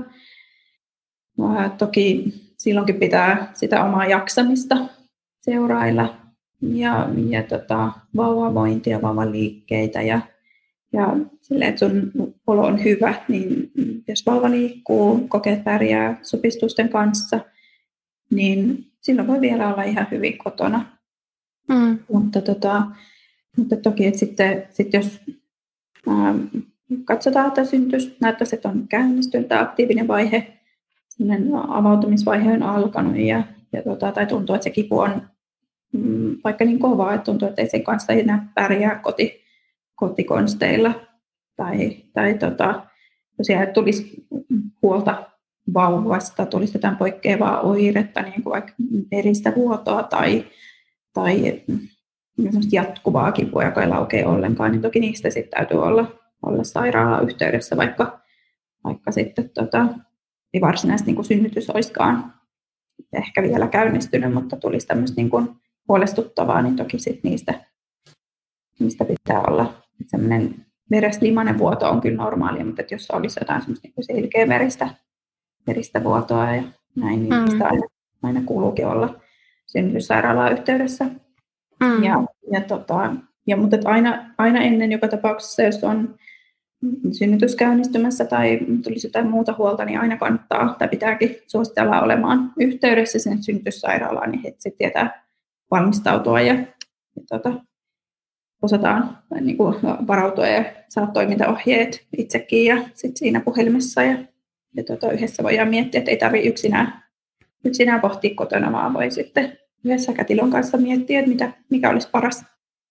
Ja toki silloinkin pitää sitä omaa jaksamista seurailla ja, ja tota, vauvavointia, vauvan liikkeitä ja Ja silleen, että sun olo on hyvä, niin jos vauva liikkuu, kokeet pärjää supistusten kanssa, niin silloin voi vielä olla ihan hyvin kotona. Mm. Mutta, tota, mutta toki, että sitten, sitten jos ää, katsotaan, että synnytys näyttäisi, että on käynnistynyt tämä aktiivinen vaihe, sellainen avautumisvaihe on alkanut ja, ja tota, tai tuntuu, että se kipu on mm, vaikka niin kovaa, että tuntuu, että ei sen kanssa enää pärjää koti. kotikonsteilla tai, tai tota, tosiaan tulisi huolta vauvasta, tulisi jotain poikkeavaa oiretta, niin kuin vaikka veristä vuotoa tai, tai jatkuvaa kipua, joka ei laukea ollenkaan, niin toki niistä sitten täytyy olla, olla sairaalayhteydessä, vaikka, vaikka sitten tota, ei varsinaisesti niin kuin synnytys olisikaan ehkä vielä käynnistynyt, mutta tulisi tämmöistä niin kuin huolestuttavaa, niin toki sitten niistä, niistä pitää olla. Semmoinen verestä limainen vuoto on kyllä normaalia, mutta jos olisi jotain semmoista niin selkeä veristä, veristä vuotoa ja näin, niin Mm. sitä aina, aina kuuluukin olla synnytyssairaalaan yhteydessä. Mm. Ja, ja, tota, ja, mutta aina, aina ennen joka tapauksessa, jos on synnytys käynnistymässä tai tulisi jotain muuta huolta, niin aina kannattaa tai pitääkin suositella olemaan yhteydessä sinne synnytyssairaalaan, niin he sitten tietää valmistautua ja, ja tota, osataan niin kuin varautua ja saada toimintaohjeet itsekin ja sit siinä puhelimessa. Ja, ja tota, yhdessä voidaan miettiä, että ei tarvitse yksinään, yksinään pohtia kotona, vaan voi sitten yhdessä kätilön kanssa miettiä, että mitä, mikä olisi paras,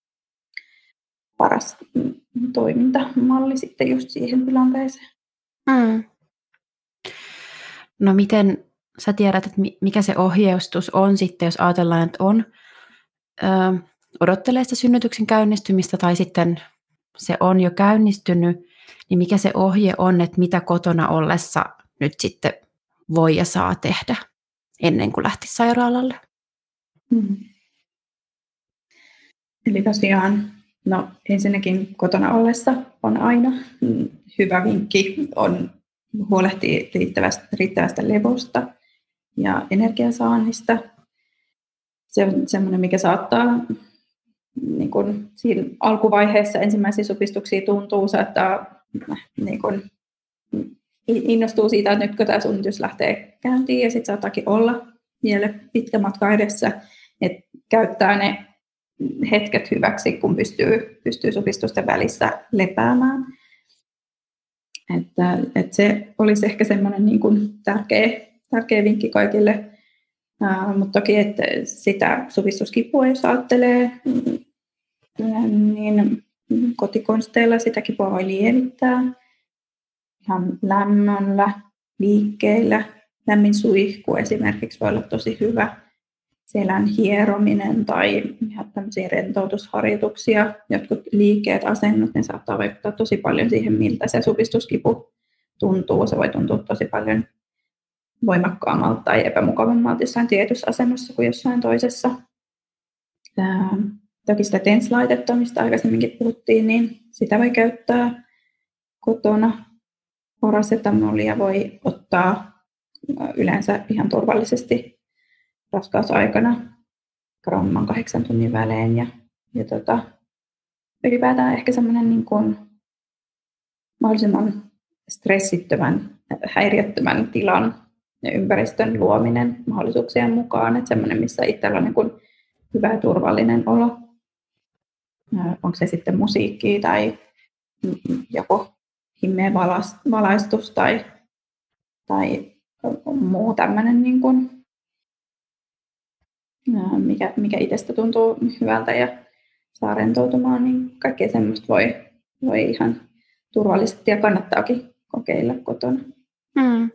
paras toimintamalli sitten just siihen tilanteeseen. Mm. No miten sä tiedät, että mikä se ohjeistus on sitten, jos ajatellaan, että on ö, odottelee sitä synnytyksen käynnistymistä tai sitten se on jo käynnistynyt, niin mikä se ohje on, että mitä kotona ollessa nyt sitten voi ja saa tehdä ennen kuin lähti sairaalalle? Mm. Eli tosiaan, no ensinnäkin kotona ollessa on aina hyvä vinkki on huolehtia riittävästä, riittävästä levosta ja energiasaannista. Se on semmoinen, mikä saattaa niin kuin siinä alkuvaiheessa ensimmäisiä supistuksia tuntuu, saattaa niin kuin, innostuu siitä, että nyt kun tämä synnytys lähtee käyntiin ja sitten saattaakin olla vielä pitkä matka edessä, että käyttää ne hetket hyväksi, kun pystyy, pystyy supistusten välissä lepäämään. Että, että se olisi ehkä semmoinen niin kuin tärkeä, tärkeä vinkki kaikille. Uh, mutta toki, että sitä supistuskipua, jos ajattelee, niin kotikonsteilla sitä kipua voi lievittää. Ihan lämmöllä, liikkeillä. Lämmin suihku esimerkiksi voi olla tosi hyvä. Selän hierominen tai ihan tämmöisiä rentoutusharjoituksia, jotkut liikkeet, asennot, ne saattaa vaikuttaa tosi paljon siihen, miltä se supistuskipu tuntuu. Se voi tuntua tosi paljon voimakkaammalta tai epämukavammalta jossain tietyssä asennossa kuin jossain toisessa. Ää, toki sitä TENS-laitetta, mistä aikaisemminkin puhuttiin, niin sitä voi käyttää kotona. Parasetamolia voi ottaa yleensä ihan turvallisesti raskausaikana gramman kahdeksan tunnin välein. Ja, ja tota, ylipäätään ehkä semmoinen niin kuin mahdollisimman stressittömän, häiriöttömän tilan ja ympäristön luominen mahdollisuuksien mukaan. Että semmoinen, missä itsellä on niin kuin hyvä ja turvallinen olo. Onko se sitten musiikkia tai joku himmeä valaistus tai, tai muu tämmöinen, niin kuin, mikä, mikä itsestä tuntuu hyvältä ja saa rentoutumaan, niin kaikkea semmoista voi, voi ihan turvallisesti ja kannattaakin kokeilla kotona. Hmm.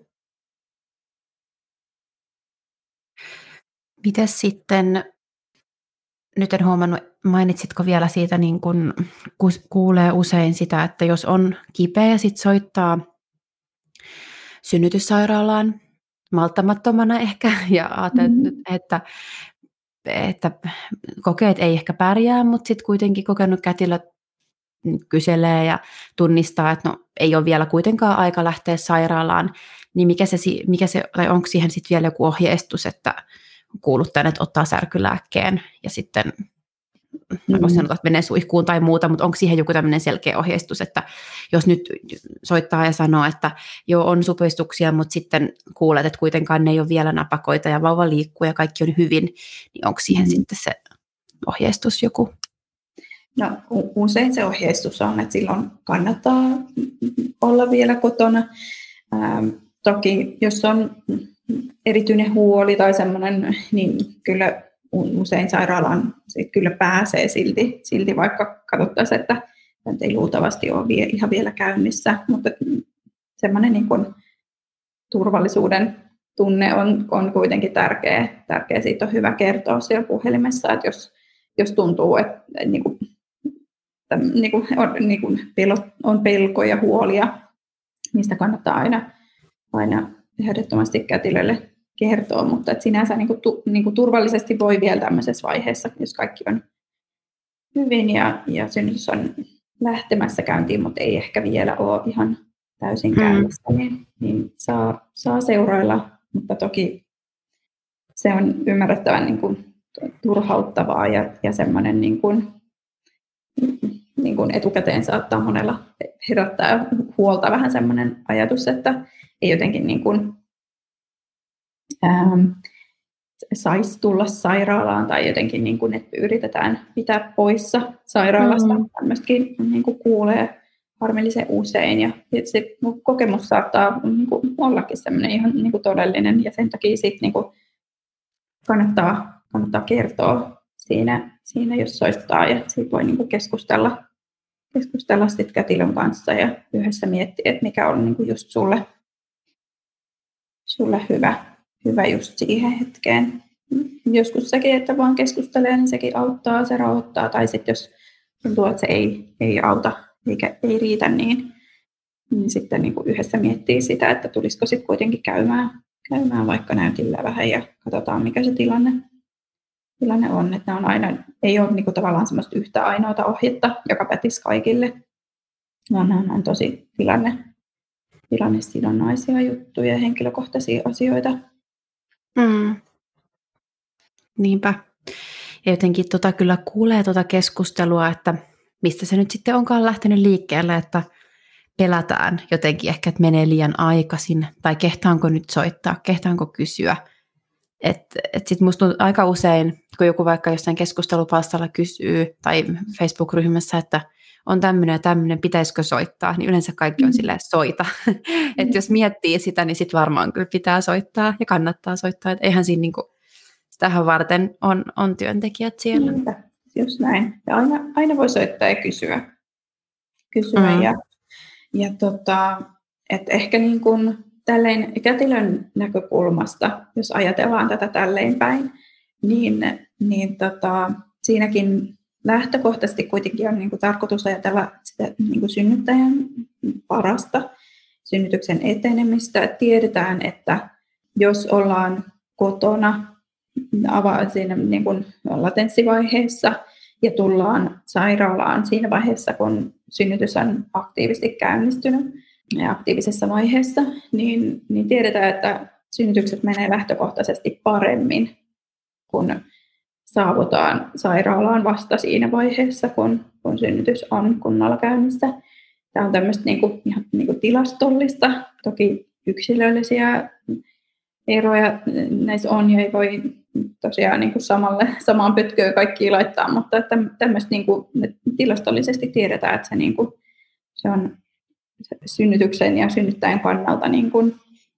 Mites sitten, nyt en huomannut, mainitsitko vielä siitä, niin kun kuulee usein sitä, että jos on kipeä ja sit soittaa synnytyssairaalaan malttamattomana ehkä ja ajattelee, mm-hmm. että, että kokeet ei ehkä pärjää, mutta sitten kuitenkin kokenut kätilö kyselee ja tunnistaa, että no, ei ole vielä kuitenkaan aika lähteä sairaalaan, niin mikä se, mikä se, tai onko siihen sitten vielä joku ohjeistus, että kuulut tänne, että ottaa särkylääkkeen ja sitten mm. voisi sanoa, että menee suihkuun tai muuta, mutta onko siihen joku tämmöinen selkeä ohjeistus, että jos nyt soittaa ja sanoo, että joo on supistuksia, mutta sitten kuulet, että kuitenkaan ne ei ole vielä napakoita ja vauva liikkuu ja kaikki on hyvin, niin onko siihen mm. sitten se ohjeistus joku? No usein se ohjeistus on, että silloin kannattaa olla vielä kotona. Ähm, toki jos on erityinen huoli tai semmoinen, niin kyllä usein sairaalaan kyllä pääsee silti, silti vaikka katsottaisiin, että ei luultavasti ole vie, ihan vielä käynnissä, mutta semmoinen niin kuin turvallisuuden tunne on, on kuitenkin tärkeä, tärkeä. Siitä on hyvä kertoa siellä puhelimessa, että jos, jos tuntuu, että niin kuin, niin kuin on, niin kuin pelot, on pelko ja huolia, niistä kannattaa aina, aina ehdottomasti kätilölle kertoa, mutta että sinänsä niin kuin, tu, niin kuin turvallisesti voi vielä tämmöisessä vaiheessa, jos kaikki on hyvin ja, ja synnytys on lähtemässä käyntiin, mutta ei ehkä vielä ole ihan täysin käynnissä, mm. niin, niin saa, saa seurailla, mutta toki se on ymmärrettävän niin kuin turhauttavaa ja, ja semmoinen niin kuin, niin kuin etukäteen saattaa monella herättää huolta vähän semmoinen ajatus, että ei jotenkin niin kuin, ähm, saisi tulla sairaalaan tai jotenkin, niin kuin, että yritetään pitää poissa sairaalasta. Mm. Tämmöistäkin niin kuin kuulee harmillisen usein ja se kokemus saattaa niin kuin, ollakin semmoinen ihan niin kuin todellinen ja sen takia sit, niin kuin, kannattaa, kannattaa kertoa siinä, siinä, jos soittaa ja siitä voi niin kuin keskustella, keskustella sit kätilön kanssa ja yhdessä miettiä, että mikä on niin kuin just sulle, sulle hyvä, hyvä just siihen hetkeen. Joskus sekin, että vaan keskustelee, niin sekin auttaa, se rauhoittaa. Tai sitten jos tuntuu, että se ei, ei auta eikä ei riitä, niin, niin sitten niin kuin yhdessä miettii sitä, että tulisiko sitten kuitenkin käymään, käymään vaikka näytillä vähän ja katsotaan, mikä se tilanne, tilanne on. Että on aina, ei ole niin kuin tavallaan semmoista yhtä ainoata ohjetta, joka pätisi kaikille, vaan nämä on tosi tilanne, tilannesidonnaisia juttuja ja henkilökohtaisia asioita. Mm. Niinpä. Ja jotenkin tota kyllä kuulee tuota keskustelua, että mistä se nyt sitten onkaan lähtenyt liikkeelle, että pelätään jotenkin ehkä, että menee liian aikaisin, tai kehtaanko nyt soittaa, kehtaanko kysyä. Että et sitten musta tuntuu aika usein, kun joku vaikka jossain keskustelupalstalla kysyy, tai Facebook-ryhmässä, että on tämmöinen ja tämmöinen, pitäisikö soittaa, niin yleensä kaikki on silleen soita. Mm. Että jos miettii sitä, niin sitten varmaan kyllä pitää soittaa ja kannattaa soittaa. Että eihän siinä niinku, tähän varten on, on työntekijät siellä. Niinpä, just näin. Ja aina, aina voi soittaa ja kysyä. kysyä mm. ja, ja tota, et ehkä niin kuin tälleen kätilön näkökulmasta, jos ajatellaan tätä tälleen päin, niin, niin tota, siinäkin lähtökohtaisesti kuitenkin on niin kuin tarkoitus ajatella sitä niin kuin synnyttäjän parasta, synnytyksen etenemistä. Tiedetään, että jos ollaan kotona avaa siinä niin kuin latenssivaiheessa ja tullaan sairaalaan siinä vaiheessa, kun synnytys on aktiivisesti käynnistynyt ja aktiivisessa vaiheessa, niin, niin tiedetään, että synnytykset menee lähtökohtaisesti paremmin, kun saavutaan sairaalaan vasta siinä vaiheessa, kun, kun synnytys on kunnolla käynnissä. Tämä on tämmöistä niin kuin, ihan niin kuin tilastollista, toki yksilöllisiä eroja näissä on ja ei voi tosiaan niin kuin samalle, samaan pötköön kaikki laittaa, mutta että tämmöistä niin kuin, tilastollisesti tiedetään, että se, niin kuin, se on synnytyksen ja synnyttäjän kannalta niin kuin,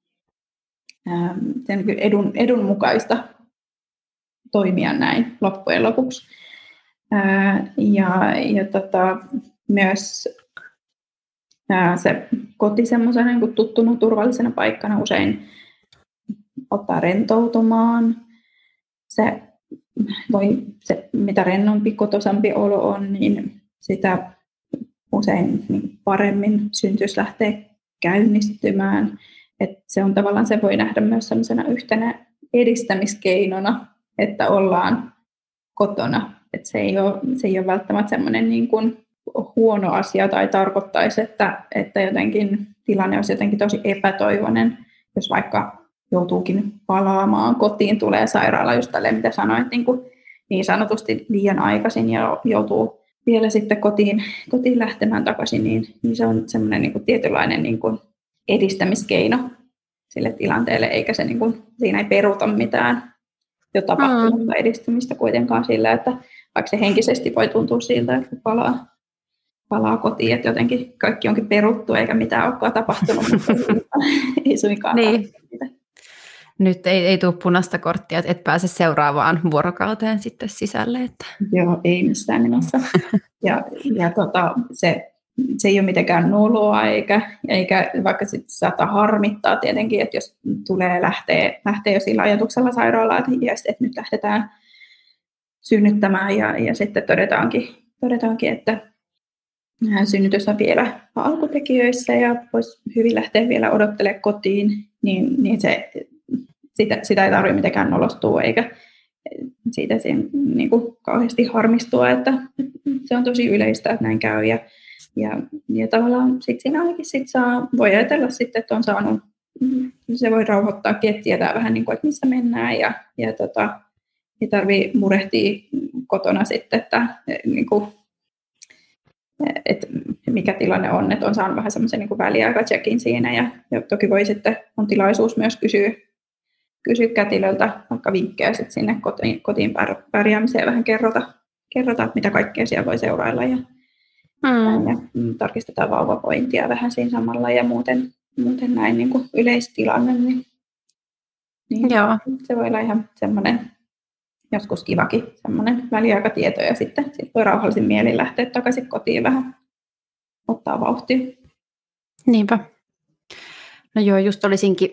ää, edun, edun mukaista toimia näin loppujen lopuksi. Ää, ja ja tota, myös ää, se koti semmoisena niin kuin tuttuna turvallisena paikkana usein ottaa rentoutumaan. Se, voi, se, mitä rennompi, kotosampi olo on, niin sitä usein niin paremmin synnytys lähtee käynnistymään. Et se on tavallaan, se voi nähdä myös sellaisena yhtenä edistämiskeinona, että ollaan kotona. Et se, ei ole, se ei ole välttämättä semmoinen niin kuin huono asia tai tarkoittaisi, että, että jotenkin tilanne olisi jotenkin tosi epätoivoinen, jos vaikka joutuukin palaamaan kotiin, tulee sairaala just tälleen, mitä sanoit, niin, kuin niin sanotusti liian aikaisin ja joutuu vielä sitten kotiin, kotiin lähtemään takaisin, niin, niin se on semmoinen niin kuin tietynlainen niin kuin edistämiskeino sille tilanteelle, eikä se niin kuin, siinä ei peruta mitään jo tapahtunutta mm. edistymistä kuitenkaan sillä, että vaikka se henkisesti voi tuntua siltä, että palaa, palaa kotiin, että jotenkin kaikki onkin peruttu eikä mitään olekaan tapahtunut, mutta ei suinkaan niin. Nyt ei, ei tule punaista korttia, että et pääse seuraavaan vuorokauteen sitten sisälle. Että. Joo, ei missään nimessä. Ja, ja tota, se, se ei ole mitenkään noloa, eikä, eikä vaikka sitten saattaa harmittaa tietenkin, että jos tulee lähtee, lähtee jo sillä ajatuksella sairaalaan, että, että nyt lähdetään synnyttämään ja, ja sitten todetaankin, todetaankin, että synnytys on vielä alkutekijöissä ja voisi hyvin lähteä vielä odottelemaan kotiin, niin, niin se, sitä, sitä ei tarvitse mitenkään nolostua eikä siitä siinä, niin kuin kauheasti harmistua, että se on tosi yleistä, että näin käy ja, ja, ja tavallaan sit siinä ainakin sit saa, voi ajatella sitten, että on saanut, se voi rauhoittaakin, että tietää vähän niin kuin, että missä mennään ja, ja tota, ei tarvitse murehtia kotona sitten, että, niin kuin, että mikä tilanne on, että on saanut vähän semmoisen niin kuin väliaikacheckin siinä ja, ja toki voi sitten, on tilaisuus myös kysyä, kysyä kätilöltä vaikka vinkkejä sitten sinne kotiin, kotiin pärjäämiseen vähän kerrota, kerrota, että mitä kaikkea siellä voi seurailla ja, mm. ja tarkistetaan vauvavointia vähän siinä samalla ja muuten, muuten näin niin kuin yleistilanne, niin, niin Joo. se voi olla ihan semmoinen joskus kivakin semmoinen väliaikatieto ja sitten sit voi rauhallisin mielin lähteä takaisin kotiin vähän ottaa vauhtia. Niinpä. No joo, just olisinkin,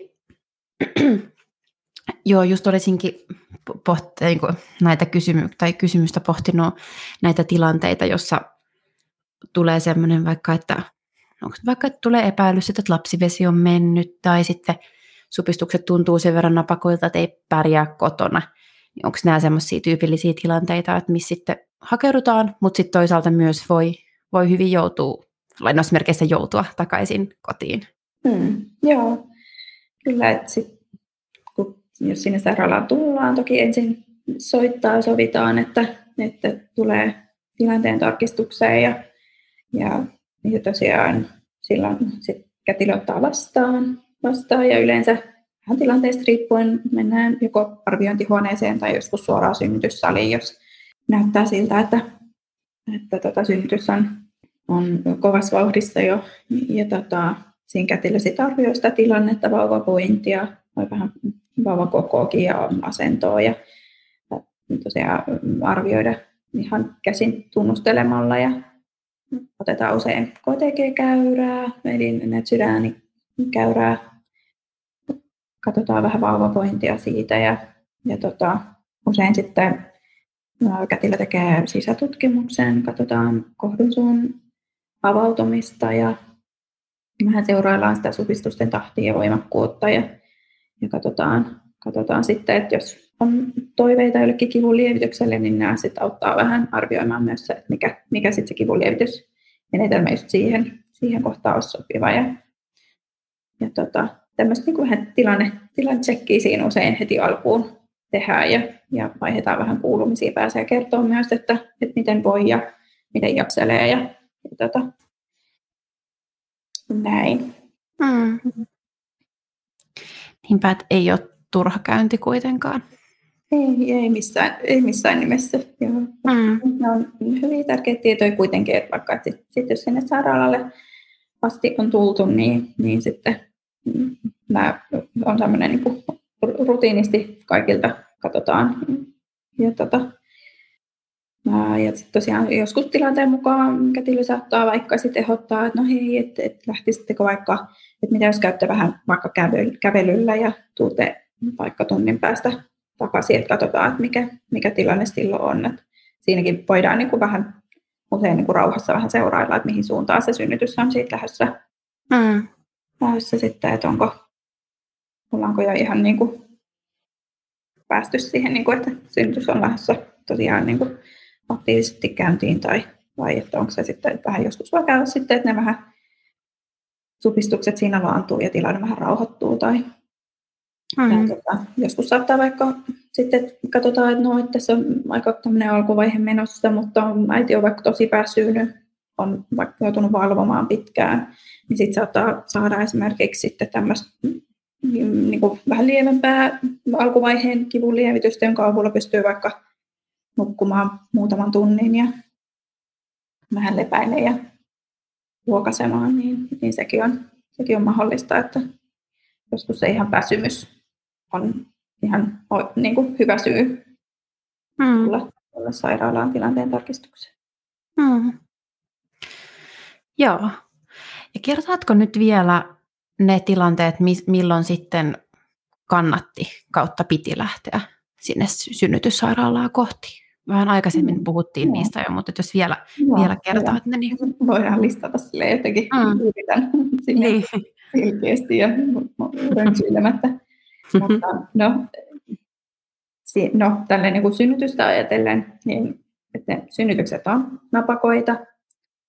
joo, just olisinkin poht, niin kuin näitä kysymy- tai kysymystä pohtinut näitä tilanteita, jossa tulee semmoinen vaikka, että onko vaikka että tulee epäilys, että lapsivesi on mennyt tai sitten supistukset tuntuu sen verran napakoilta, että ei pärjää kotona. Onko nämä semmoisia tyypillisiä tilanteita, että missä sitten hakeudutaan, mutta sitten toisaalta myös voi, voi hyvin joutua, lainausmerkeissä joutua takaisin kotiin. Hmm, joo, kyllä, että sit, kun, jos sinne sairaalaan tullaan, toki ensin soittaa ja sovitaan, että, että tulee tilanteen tarkistukseen ja, ja, ja tosiaan silloin sit kätilö ottaa vastaan, vastaan ja yleensä vähän tilanteesta riippuen mennään joko arviointihuoneeseen tai joskus suoraan synnytyssaliin, jos näyttää siltä, että, että tota, synnytys on, on kovassa vauhdissa jo. Ja tota, siinä kätilö sitten arvioi sitä tilannetta, vauvavointia, voi vähän vauvakokoakin ja asentoa ja, ja tosiaan arvioida ihan käsin tunnustelemalla ja otetaan usein K T G-käyrää, eli näitä sydänkäyrää. Katsotaan vähän vauvavointia siitä ja, ja tota, usein sitten kätilö tekee sisätutkimuksen, katsotaan kohdunsuun avautumista ja vähän seuraillaan sitä supistusten tahtia ja voimakkuutta ja, ja katsotaan, katsotaan sitten, että jos on toiveita jollekin kivunlievitykselle, niin nämä sitten auttaa vähän arvioimaan myös se, että mikä, mikä sitten se kivunlievitysmenetelmä just siihen, siihen kohtaan olisi sopiva. Ja, ja tota, tämmöistä niin kuin tilanne, tilanne-tsekkiä siinä usein heti alkuun tehdään ja, ja vaihdetaan vähän kuulumisia, pääsee kertoa myös, että, että miten voi ja miten jakselee ja, ja tota, näin. Mm. Niinpä, että ei ole turha käynti kuitenkaan. Ei, ei, missään, ei missään nimessä. Joo. Mm. Ne on hyvin tärkeitä tietoja kuitenkin, että vaikka että sit, sit jos sinne sairaalalle asti on tultu, niin, niin sitten nämä on tämmöinen niin kuin rutiinisti kaikilta katsotaan. Ja, tota, ja sitten tosiaan joskus tilanteen mukaan kätilö saattaa vaikka sitten ehdottaa, että no hei, että et lähtisittekö vaikka, että mitä jos käytte vähän vaikka kävelyllä ja tuutte vaikka tunnin päästä takaisin, että katsotaan, että mikä, mikä tilanne silloin on. Et siinäkin voidaan niin kuin vähän usein niin kuin rauhassa vähän seurailla, että mihin suuntaan se synnytys on siitä lähdössä. Mm. lähdössä sitten, että onko, ollaanko jo ihan niin kuin päästy siihen, niin kuin, että synnytys on lähdössä tosiaan niin kuin aktiivisesti käyntiin tai vai että onko se sitten, että vähän joskus voi käydä sitten, että ne vähän supistukset siinä laantuu ja tilanne vähän rauhoittuu tai, mm. tai tota, joskus saattaa vaikka sitten katsotaan, että no, että tässä on aika tämmöinen alkuvaihe menossa, mutta äiti on vaikka tosi päässynyt, on vaikka joutunut valvomaan pitkään, niin sitten saattaa saada esimerkiksi sitten tämmöistä niin kuin vähän lievempää alkuvaiheen kivun lievitystä, jonka avulla pystyy vaikka nukkumaan muutaman tunnin ja vähän lepäilee ja ruokasemaan, niin, niin sekin, on, sekin on mahdollista, että joskus se ihan väsymys on ihan niin kuin hyvä syy mm. tulla, tulla sairaalaan tilanteen tarkistukseen. Mm. Joo. Ja kertaatko nyt vielä ne tilanteet, milloin sitten kannatti kautta piti lähteä sinne synnytyssairaalaa kohti? Vähän aikaisemmin mm. puhuttiin no. niistä jo, mutta jos vielä, vielä kertaat ne, niin voidaan listata silleen jotenkin mm. yritän niin. selkeästi ja rönsyilemättä. Mutta no, si, no tälleen niin kuin synnytystä ajatellen, niin että synnytykset on napakoita.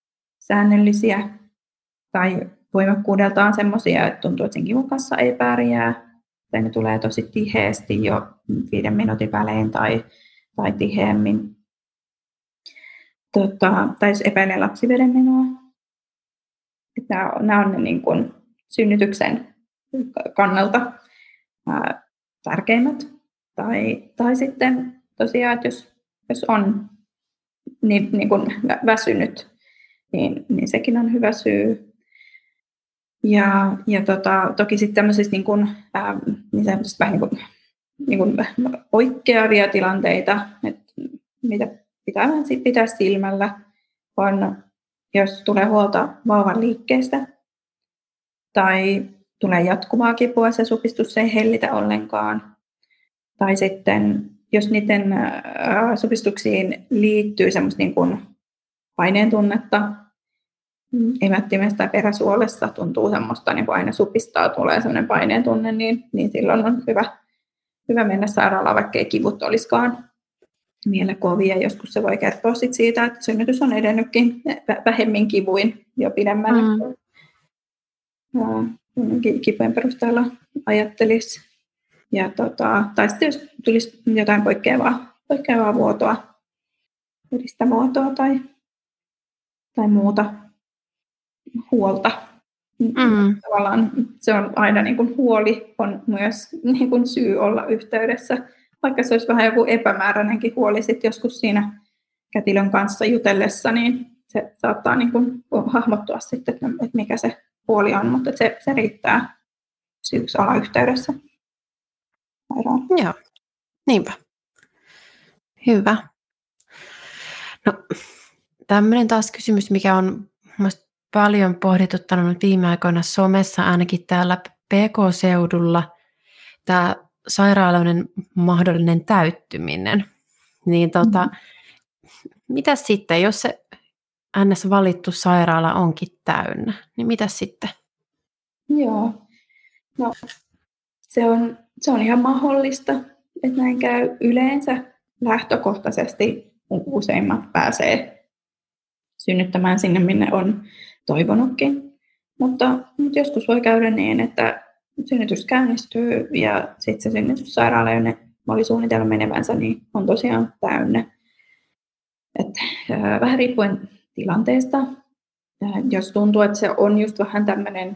säännöllisiä tai voimakkuudeltaan semmoisia, että tuntuu, että sen kivun kanssa ei pärjää, tai ne tulee tosi tiheästi jo viiden minuutin välein tai, tai tiheämmin. Tota, tai jos epäilee lapsivedenmenoa. Nämä on, nämä on ne niin kuin synnytyksen kannalta ää, tärkeimmät. Tai, tai sitten tosiaan, että jos, jos on niin, niin kuin väsynyt, niin, niin sekin on hyvä syy. Ja, ja tota, toki sitten tämmöisissä niin kuin, ää, niin vähän niin kuin, niin kuin poikkeavia tilanteita, että mitä pitää vähän pitää silmällä, on jos tulee huolta vauvan liikkeestä tai tulee jatkuvaa kipua, se supistus ei hellitä ollenkaan. Tai sitten jos niiden ää, supistuksiin liittyy semmoista niin kuin paineen tunnetta, imettimessä tai peräsuolessa tuntuu semmoista, niin kuin aina supistaa, tulee semmoinen paineen tunne, niin, niin silloin on hyvä, hyvä mennä sairaalaan, vaikka ei kivut olisikaan mielekovia. Joskus se voi kertoa sit siitä, että synnytys on edennytkin vähemmin kivuin jo pidemmälle. Mm. Kipujen perusteella ajattelisi. Ja tota, tai sitten jos tulisi jotain poikkeavaa, poikkeavaa vuotoa, yhdistä vuotoa tai, tai muuta huolta. Mm. Tavallaan se on aina niin kuin huoli on myös niin kuin syy olla yhteydessä. Vaikka se olisi vähän joku epämääräinenkin huoli sit joskus siinä kätilön kanssa jutellessa, niin se saattaa niin kuin hahmottua sitten, että mikä se huoli on, mutta se, se riittää syyksi olla yhteydessä. Sairaan. Joo, niinpä. Hyvä. No, tämmöinen taas kysymys, mikä on paljon pohdituttanut viime aikoina somessa, ainakin täällä P K-seudulla, tämä sairaaloiden mahdollinen täyttyminen. Niin tota, mm-hmm. mitä sitten, jos se N S-valittu sairaala onkin täynnä, niin mitä sitten? Joo, no se on, se on ihan mahdollista, että näin käy yleensä lähtökohtaisesti. Useimmat pääsee synnyttämään sinne, minne on toivonutkin, mutta, mutta joskus voi käydä niin, että synnytys käynnistyy ja sitten se synnytyssairaala, jonne oli suunnitelma menevänsä, niin on tosiaan täynnä. Et, äh, vähän riippuen tilanteesta. Äh, jos tuntuu, että se on just vähän tämmöinen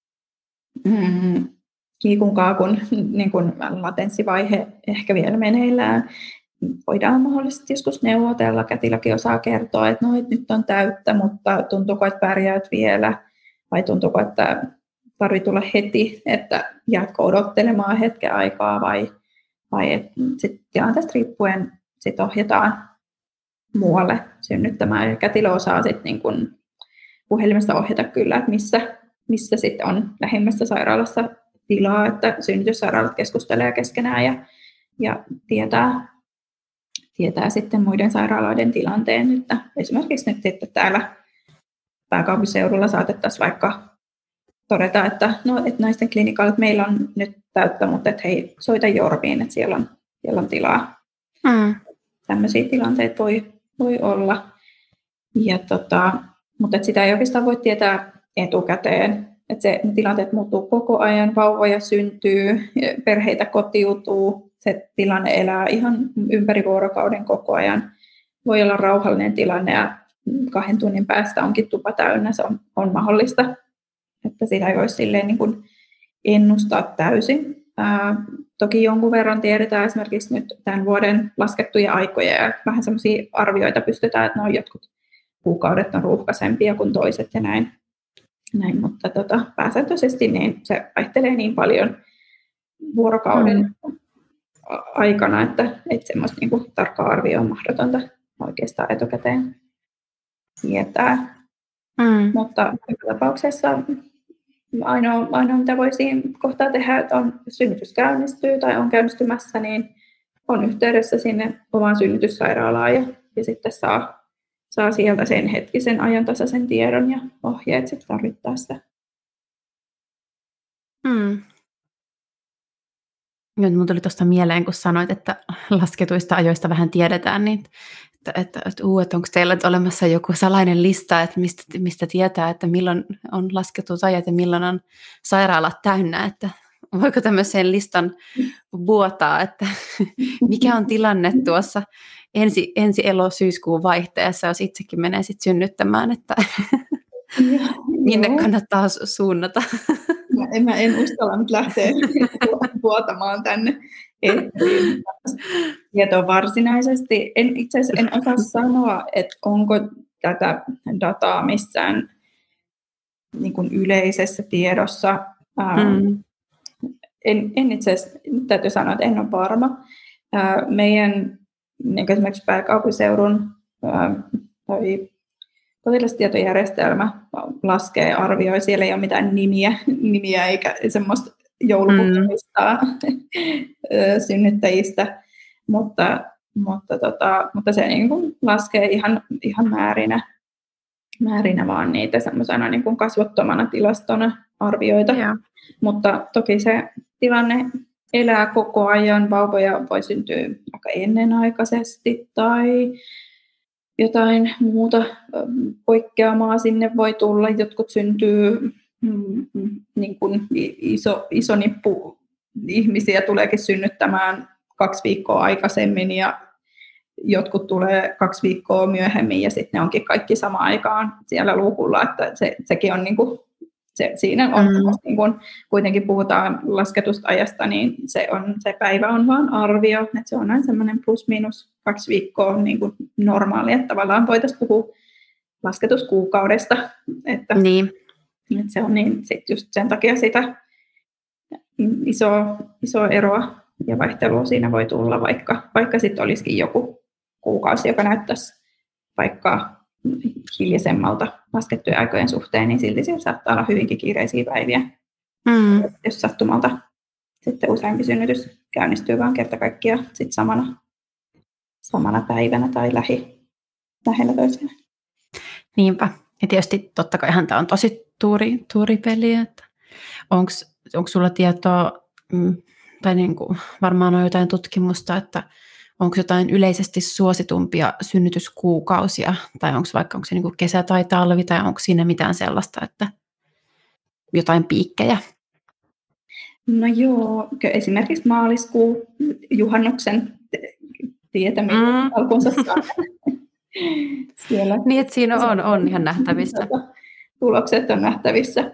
mm, kiikun kaakun niin kuin latenssivaihe ehkä vielä meneillään, voidaan mahdollisesti joskus neuvotella. Kätilökin osaa kertoa, että no, et nyt on täyttä, mutta tuntuuko, että pärjäät vielä, vai tuntuuko, että tarvitsee tulla heti, että jäätkö odottelemaan hetken aikaa, vai, vai sitten tilanteesta riippuen sit ohjataan muualle synnyttämään. Ja kätilö osaa sitten niin kun puhelimesta ohjata kyllä, että missä, missä sitten on lähimmässä sairaalassa tilaa, että synnytyssairaalat keskustelee keskenään ja, ja tietää, tietää sitten muiden sairaaloiden tilanteen. Että esimerkiksi nyt että täällä pääkaupunkiseudulla saatettaisiin vaikka todeta, että, no, että naisten klinikalla meillä on nyt täyttä, mutta että hei, soita Jorviin, että siellä on, siellä on tilaa. Mm. Tämmöisiä tilanteita voi, voi olla. Ja tota, mutta että sitä ei oikeastaan voi tietää etukäteen. Että se, ne tilanteet muuttuu koko ajan, vauvoja syntyy, perheitä kotiutuu, se tilanne elää ihan ympäri vuorokauden koko ajan. Voi olla rauhallinen tilanne ja kahden tunnin päästä onkin tupa täynnä, se on, on mahdollista. Että sitä ei voi silleen niin kuin ennustaa täysin. Ää, toki jonkun verran tiedetään esimerkiksi nyt tämän vuoden laskettuja aikoja ja vähän semmoisia arvioita pystytään, että no, jotkut kuukaudet on ruuhkaisempia kuin toiset ja näin. näin mutta tota, pääsääntöisesti niin se vaihtelee niin paljon vuorokauden mm. aikana, että ei semmoista niin kuin tarkkaa arvioa on mahdotonta oikeastaan etukäteen tietää. Mm. Mutta joka tapauksessa ainoa, ainoa, mitä voi siinä kohtaa tehdä, että on synnytys käynnistyy tai on käynnistymässä, niin on yhteydessä sinne omaan synnytyssairaalaan ja, ja sitten saa, saa sieltä sen hetkisen ajantasaisen tiedon ja ohjeet sitten tarvittaessa. Hmm. Nyt mun tuli tuosta mieleen, kun sanoit, että lasketuista ajoista vähän tiedetään, niin että, että, että, uu, että onko teillä olemassa joku salainen lista, että mistä, mistä tietää, että milloin on lasketut ajat ja milloin on sairaalat täynnä, että voiko tämmöisen listan vuotaa, että mikä on tilanne tuossa ensi, ensi elo-syyskuun vaihteessa, jos itsekin menee sitten synnyttämään, että minne kannattaa suunnata. Mä en, mä en uskalla nyt lähteä vuotamaan tänne tietoa varsinaisesti. En, itse asiassa en osaa sanoa, että onko tätä dataa missään niin kuin yleisessä tiedossa. Mm. En, en itse asiassa, nyt täytyy sanoa, että en ole varma. Meidän niin esimerkiksi pääkaupunkiseudun toi potilastietojärjestelmä laskee, arvioi, siellä ei ole mitään nimiä, nimiä eikä semmoista joulukuusta mm. synnyttäjistä, mutta, mutta, tota, mutta se niin kuin laskee ihan, ihan määrinä, määrinä vaan niitä semmoisena niin kuin kasvottomana tilastona arvioita. Ja. Mutta toki se tilanne elää koko ajan, vauvoja voi syntyä aika ennenaikaisesti tai jotain muuta poikkeamaa sinne voi tulla. Jotkut syntyy, mm, niin kuin iso, iso nippu ihmisiä tuleekin synnyttämään kaksi viikkoa aikaisemmin ja jotkut tulee kaksi viikkoa myöhemmin ja sitten ne onkin kaikki samaan aikaan siellä luukulla, että se, sekin on niin kuin, se, siinä on, mm. niin kun kuitenkin puhutaan lasketusta ajasta, niin se, on, se päivä on vaan arvio, että se on aina semmoinen plus miinus kaksi viikkoa niin kuin normaali, että tavallaan voitaisiin puhua lasketuskuukaudesta, että, niin. että se on niin sit just sen takia sitä iso, iso eroa ja vaihtelua siinä voi tulla, vaikka, vaikka sitten olisikin joku kuukausi, joka näyttäisi vaikka hiljaisemmalta laskettujen aikojen suhteen, niin silti siellä saattaa olla hyvinkin kiireisiä päiviä, mm. jos sattumalta sitten useampi synnytys käynnistyy vaan kerta kaikkiaan sit samana, samana päivänä tai lähi, lähellä toisiaan. Niinpä. Ja tietysti totta kai tämä on tosi tuuri, tuuri peli, että onko sulla tietoa, mm, tai niin kuin varmaan on jotain tutkimusta, että onko jotain yleisesti suositumpia synnytyskuukausia, tai onko vaikka onko se niin kuin kesä tai talvi, tai onko siinä mitään sellaista, että jotain piikkejä? No joo, esimerkiksi maaliskuu, juhannuksen tietäminen mm. alkuunsa saa. Siellä. Niin, että siinä on, on ihan nähtävissä. Tulokset on nähtävissä.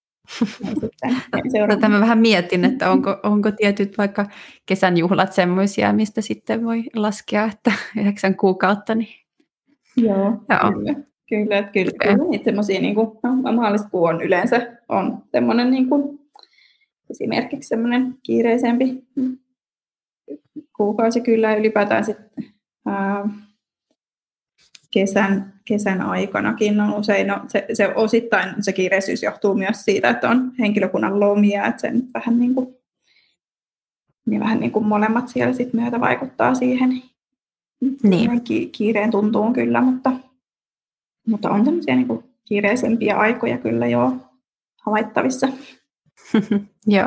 Tätä mä vähän mietin, että onko, onko tietyt vaikka kesän juhlat semmoisia, mistä sitten voi laskea, että yhdeksän kuukautta. Niin... Joo, Joo. kyllä. Kyllä, että kyllä, okay. kyllä niitä semmoisia, niin kuin, no, maaliskuu on yleensä on semmoinen niin kuin, esimerkiksi semmoinen kiireisempi kuukausi kyllä ylipäätään sitten ää, kesän, kesän aikanakin on usein, no, se, se osittain se kiireisyys johtuu myös siitä, että on henkilökunnan lomia, että sen vähän niin kuin, niin vähän niin kuin molemmat siellä sit myötä vaikuttaa siihen niin. ki, kiireen tuntuun kyllä, mutta, mutta on semmoisia niin kuin kiireisempiä aikoja kyllä jo havaittavissa. Joo.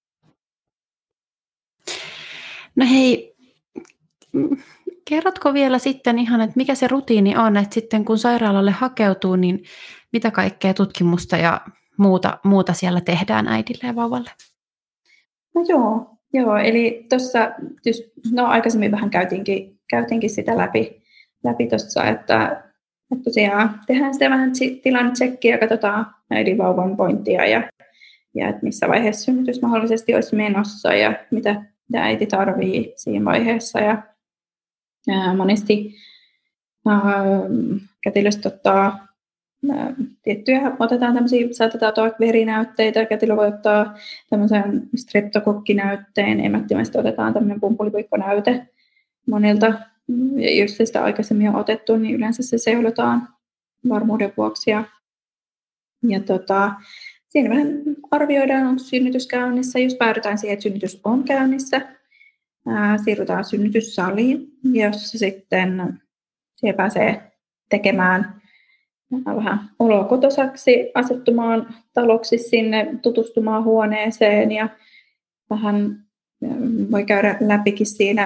No hei, kerrotko vielä sitten ihan, että mikä se rutiini on, että sitten kun sairaalalle hakeutuu, niin mitä kaikkea tutkimusta ja muuta, muuta siellä tehdään äidille ja vauvalle? No joo, joo eli tuossa, no aikaisemmin vähän käytiinkin, käytiinkin sitä läpi, läpi tuossa, että, että tosiaan tehdään sitä vähän tilannetsekkiä, katsotaan äidin vauvan pointtia ja, ja että missä vaiheessa synnytys mahdollisesti olisi menossa ja mitä, mitä äiti tarvii siinä vaiheessa ja Ja monesti äh, kätilöstä ottaa äh, tiettyjä, otetaan tämmöisiä, saatetaan ottaa verinäytteitä, kätilö voi ottaa tämmöisen streptokokkinäytteen, emättimästä otetaan tämmöinen pumpulipuikkonäyte monilta, ja jos se sitä aikaisemmin on otettu, niin yleensä se seulotaan varmuuden vuoksi. Ja, ja tota, siinä vähän arvioidaan, onko synnytys käynnissä, jos päädytään siihen, että synnytys on käynnissä, siirrytään synnytyssaliin, jossa sitten siellä pääsee tekemään vähän olokotosaksi, asettumaan taloksi sinne, tutustumaan huoneeseen ja vähän voi käydä läpikin siinä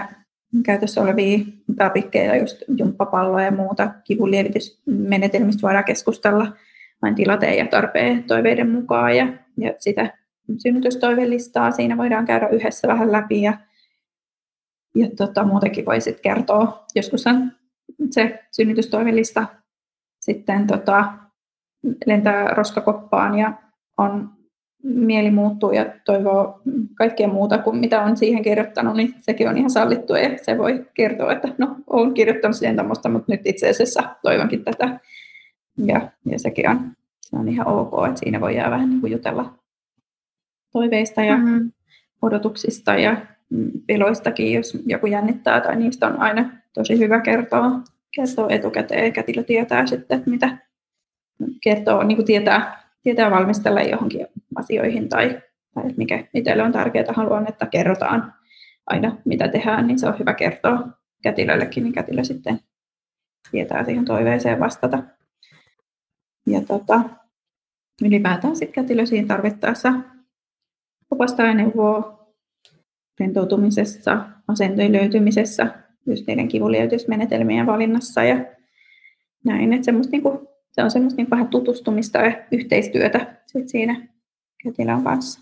käytössä olevia tapikkeja, just jumppapalloa ja muuta kivunlievitysmenetelmistä voidaan keskustella vain tilanteen ja tarpeen toiveiden mukaan. Ja, ja sitä synnytystoivelistaa siinä voidaan käydä yhdessä vähän läpi. Ja, ja tota, muutenkin voi sitten kertoa, joskus on se synnytystoivelista sitten tota, lentää roskakoppaan ja on mieli muuttuu ja toivoo kaikkea muuta kuin mitä on siihen kirjoittanut, niin sekin on ihan sallittu ja se voi kertoa, että no, olen kirjoittanut siihen tämmöistä, mutta nyt itse asiassa toivonkin tätä. Ja, ja sekin on, se on ihan ok, että siinä voi jää vähän niin kuin jutella toiveista ja mm-hmm. odotuksista ja peloistakin, jos joku jännittää tai niistä on aina tosi hyvä kertoa, kertoa etukäteen. Kätilö tietää sitten, että mitä kertoo, niin kuin tietää, tietää valmistella johonkin asioihin tai, tai mikä itselle on tärkeää. Haluan, että kerrotaan aina, mitä tehdään, niin se on hyvä kertoa kätilöllekin, niin kätilö sitten tietää siihen toiveeseen vastata. Ja tota, ylipäätään sitten kätilö siinä tarvittaessa opastaa ja neuvoo rentoutumisessa, asentojen löytymisessä, just niiden kivunlievitysmenetelmien valinnassa ja näin. Että niinku, se on semmoista niinku vähän tutustumista ja yhteistyötä sit siinä kätilön kanssa.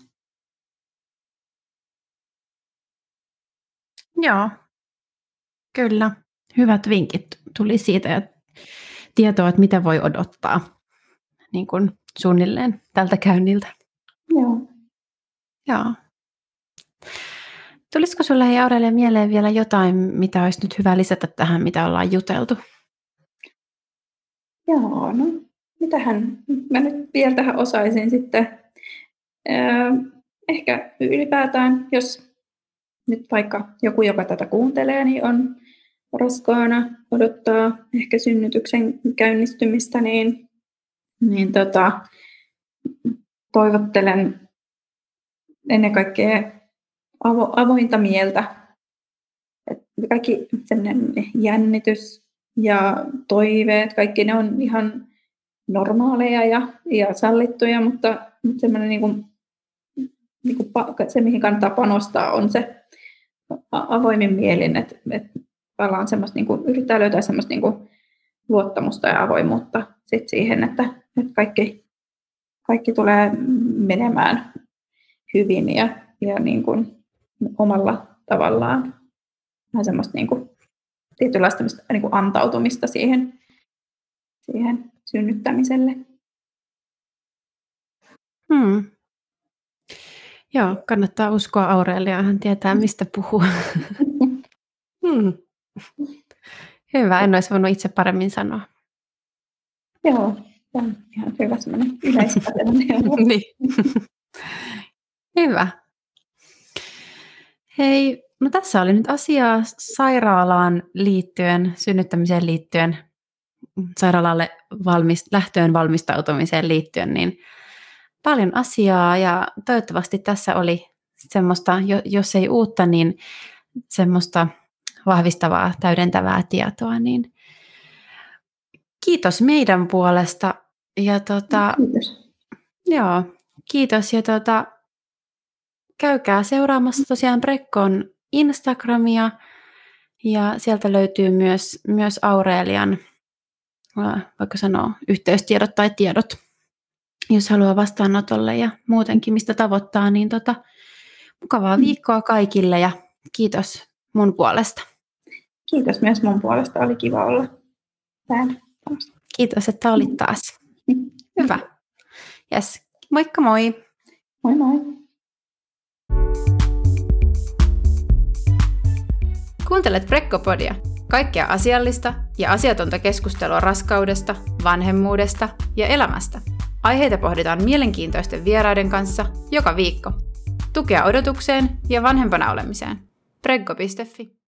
Joo, kyllä. Hyvät vinkit tuli siitä ja tietoa, että mitä voi odottaa niin kuin suunnilleen tältä käynniltä. Joo. Joo. Tulisiko sinulle, hei Aurelia, mieleen vielä jotain, mitä olisi nyt hyvä lisätä tähän, mitä ollaan juteltu? Joo, no mitähän mä nyt vielä tähän osaisin sitten. Ehkä ylipäätään, jos nyt vaikka joku, joka tätä kuuntelee, niin on raskaana, odottaa ehkä synnytyksen käynnistymistä, niin, niin tota, toivottelen ennen kaikkea avo, avointa mieltä. Et kaikki sellainen jännitys ja toiveet, kaikki ne on ihan normaaleja ja, ja sallittuja, mutta, mutta semmoinen niin kuin, niin kuin, se, mihin kannattaa panostaa, on se avoimin mielin, että, että palaan semmoista, niin kuin, yrittää löytää semmoista niin kuin, luottamusta ja avoimuutta sit siihen, että, että kaikki, kaikki tulee menemään hyvin ja, ja niin kuin, omalla tavallaan. Vähän semmoista niin kuin, tietynlaista niin kuin antautumista siihen, siihen synnyttämiselle. Hmm. Joo, kannattaa uskoa Aureliaa, hän tietää mistä puhuu. hmm. Hyvä, en olisi voinut itse paremmin sanoa. Joo, se on ihan hyvä semmoinen yleispäteinen. niin. Hyvä. Hei, no tässä oli nyt asiaa sairaalaan liittyen, synnyttämiseen liittyen, sairaalalle valmist- lähtöön valmistautumiseen liittyen, niin paljon asiaa ja toivottavasti tässä oli semmoista, jos ei uutta, niin semmoista vahvistavaa, täydentävää tietoa, niin kiitos meidän puolesta. Ja tota, kiitos. Joo, kiitos. Ja tota, käykää seuraamassa tosiaan Prekkon Instagramia ja sieltä löytyy myös, myös Aurelian, voiko sanoa, yhteystiedot tai tiedot, jos haluaa vastaanotolle ja muutenkin mistä tavoittaa, niin tota, mukavaa viikkoa kaikille ja kiitos mun puolesta. Kiitos myös mun puolesta, oli kiva olla täällä. Kiitos, että olit taas. Hyvä. Yes. Moikka moi. Moi moi. Kuuntelet Prekkopodia. Kaikkea asiallista ja asiatonta keskustelua raskaudesta, vanhemmuudesta ja elämästä. Aiheita pohditaan mielenkiintoisten vieraiden kanssa joka viikko. Tukea odotukseen ja vanhempana olemiseen. Prekko piste fi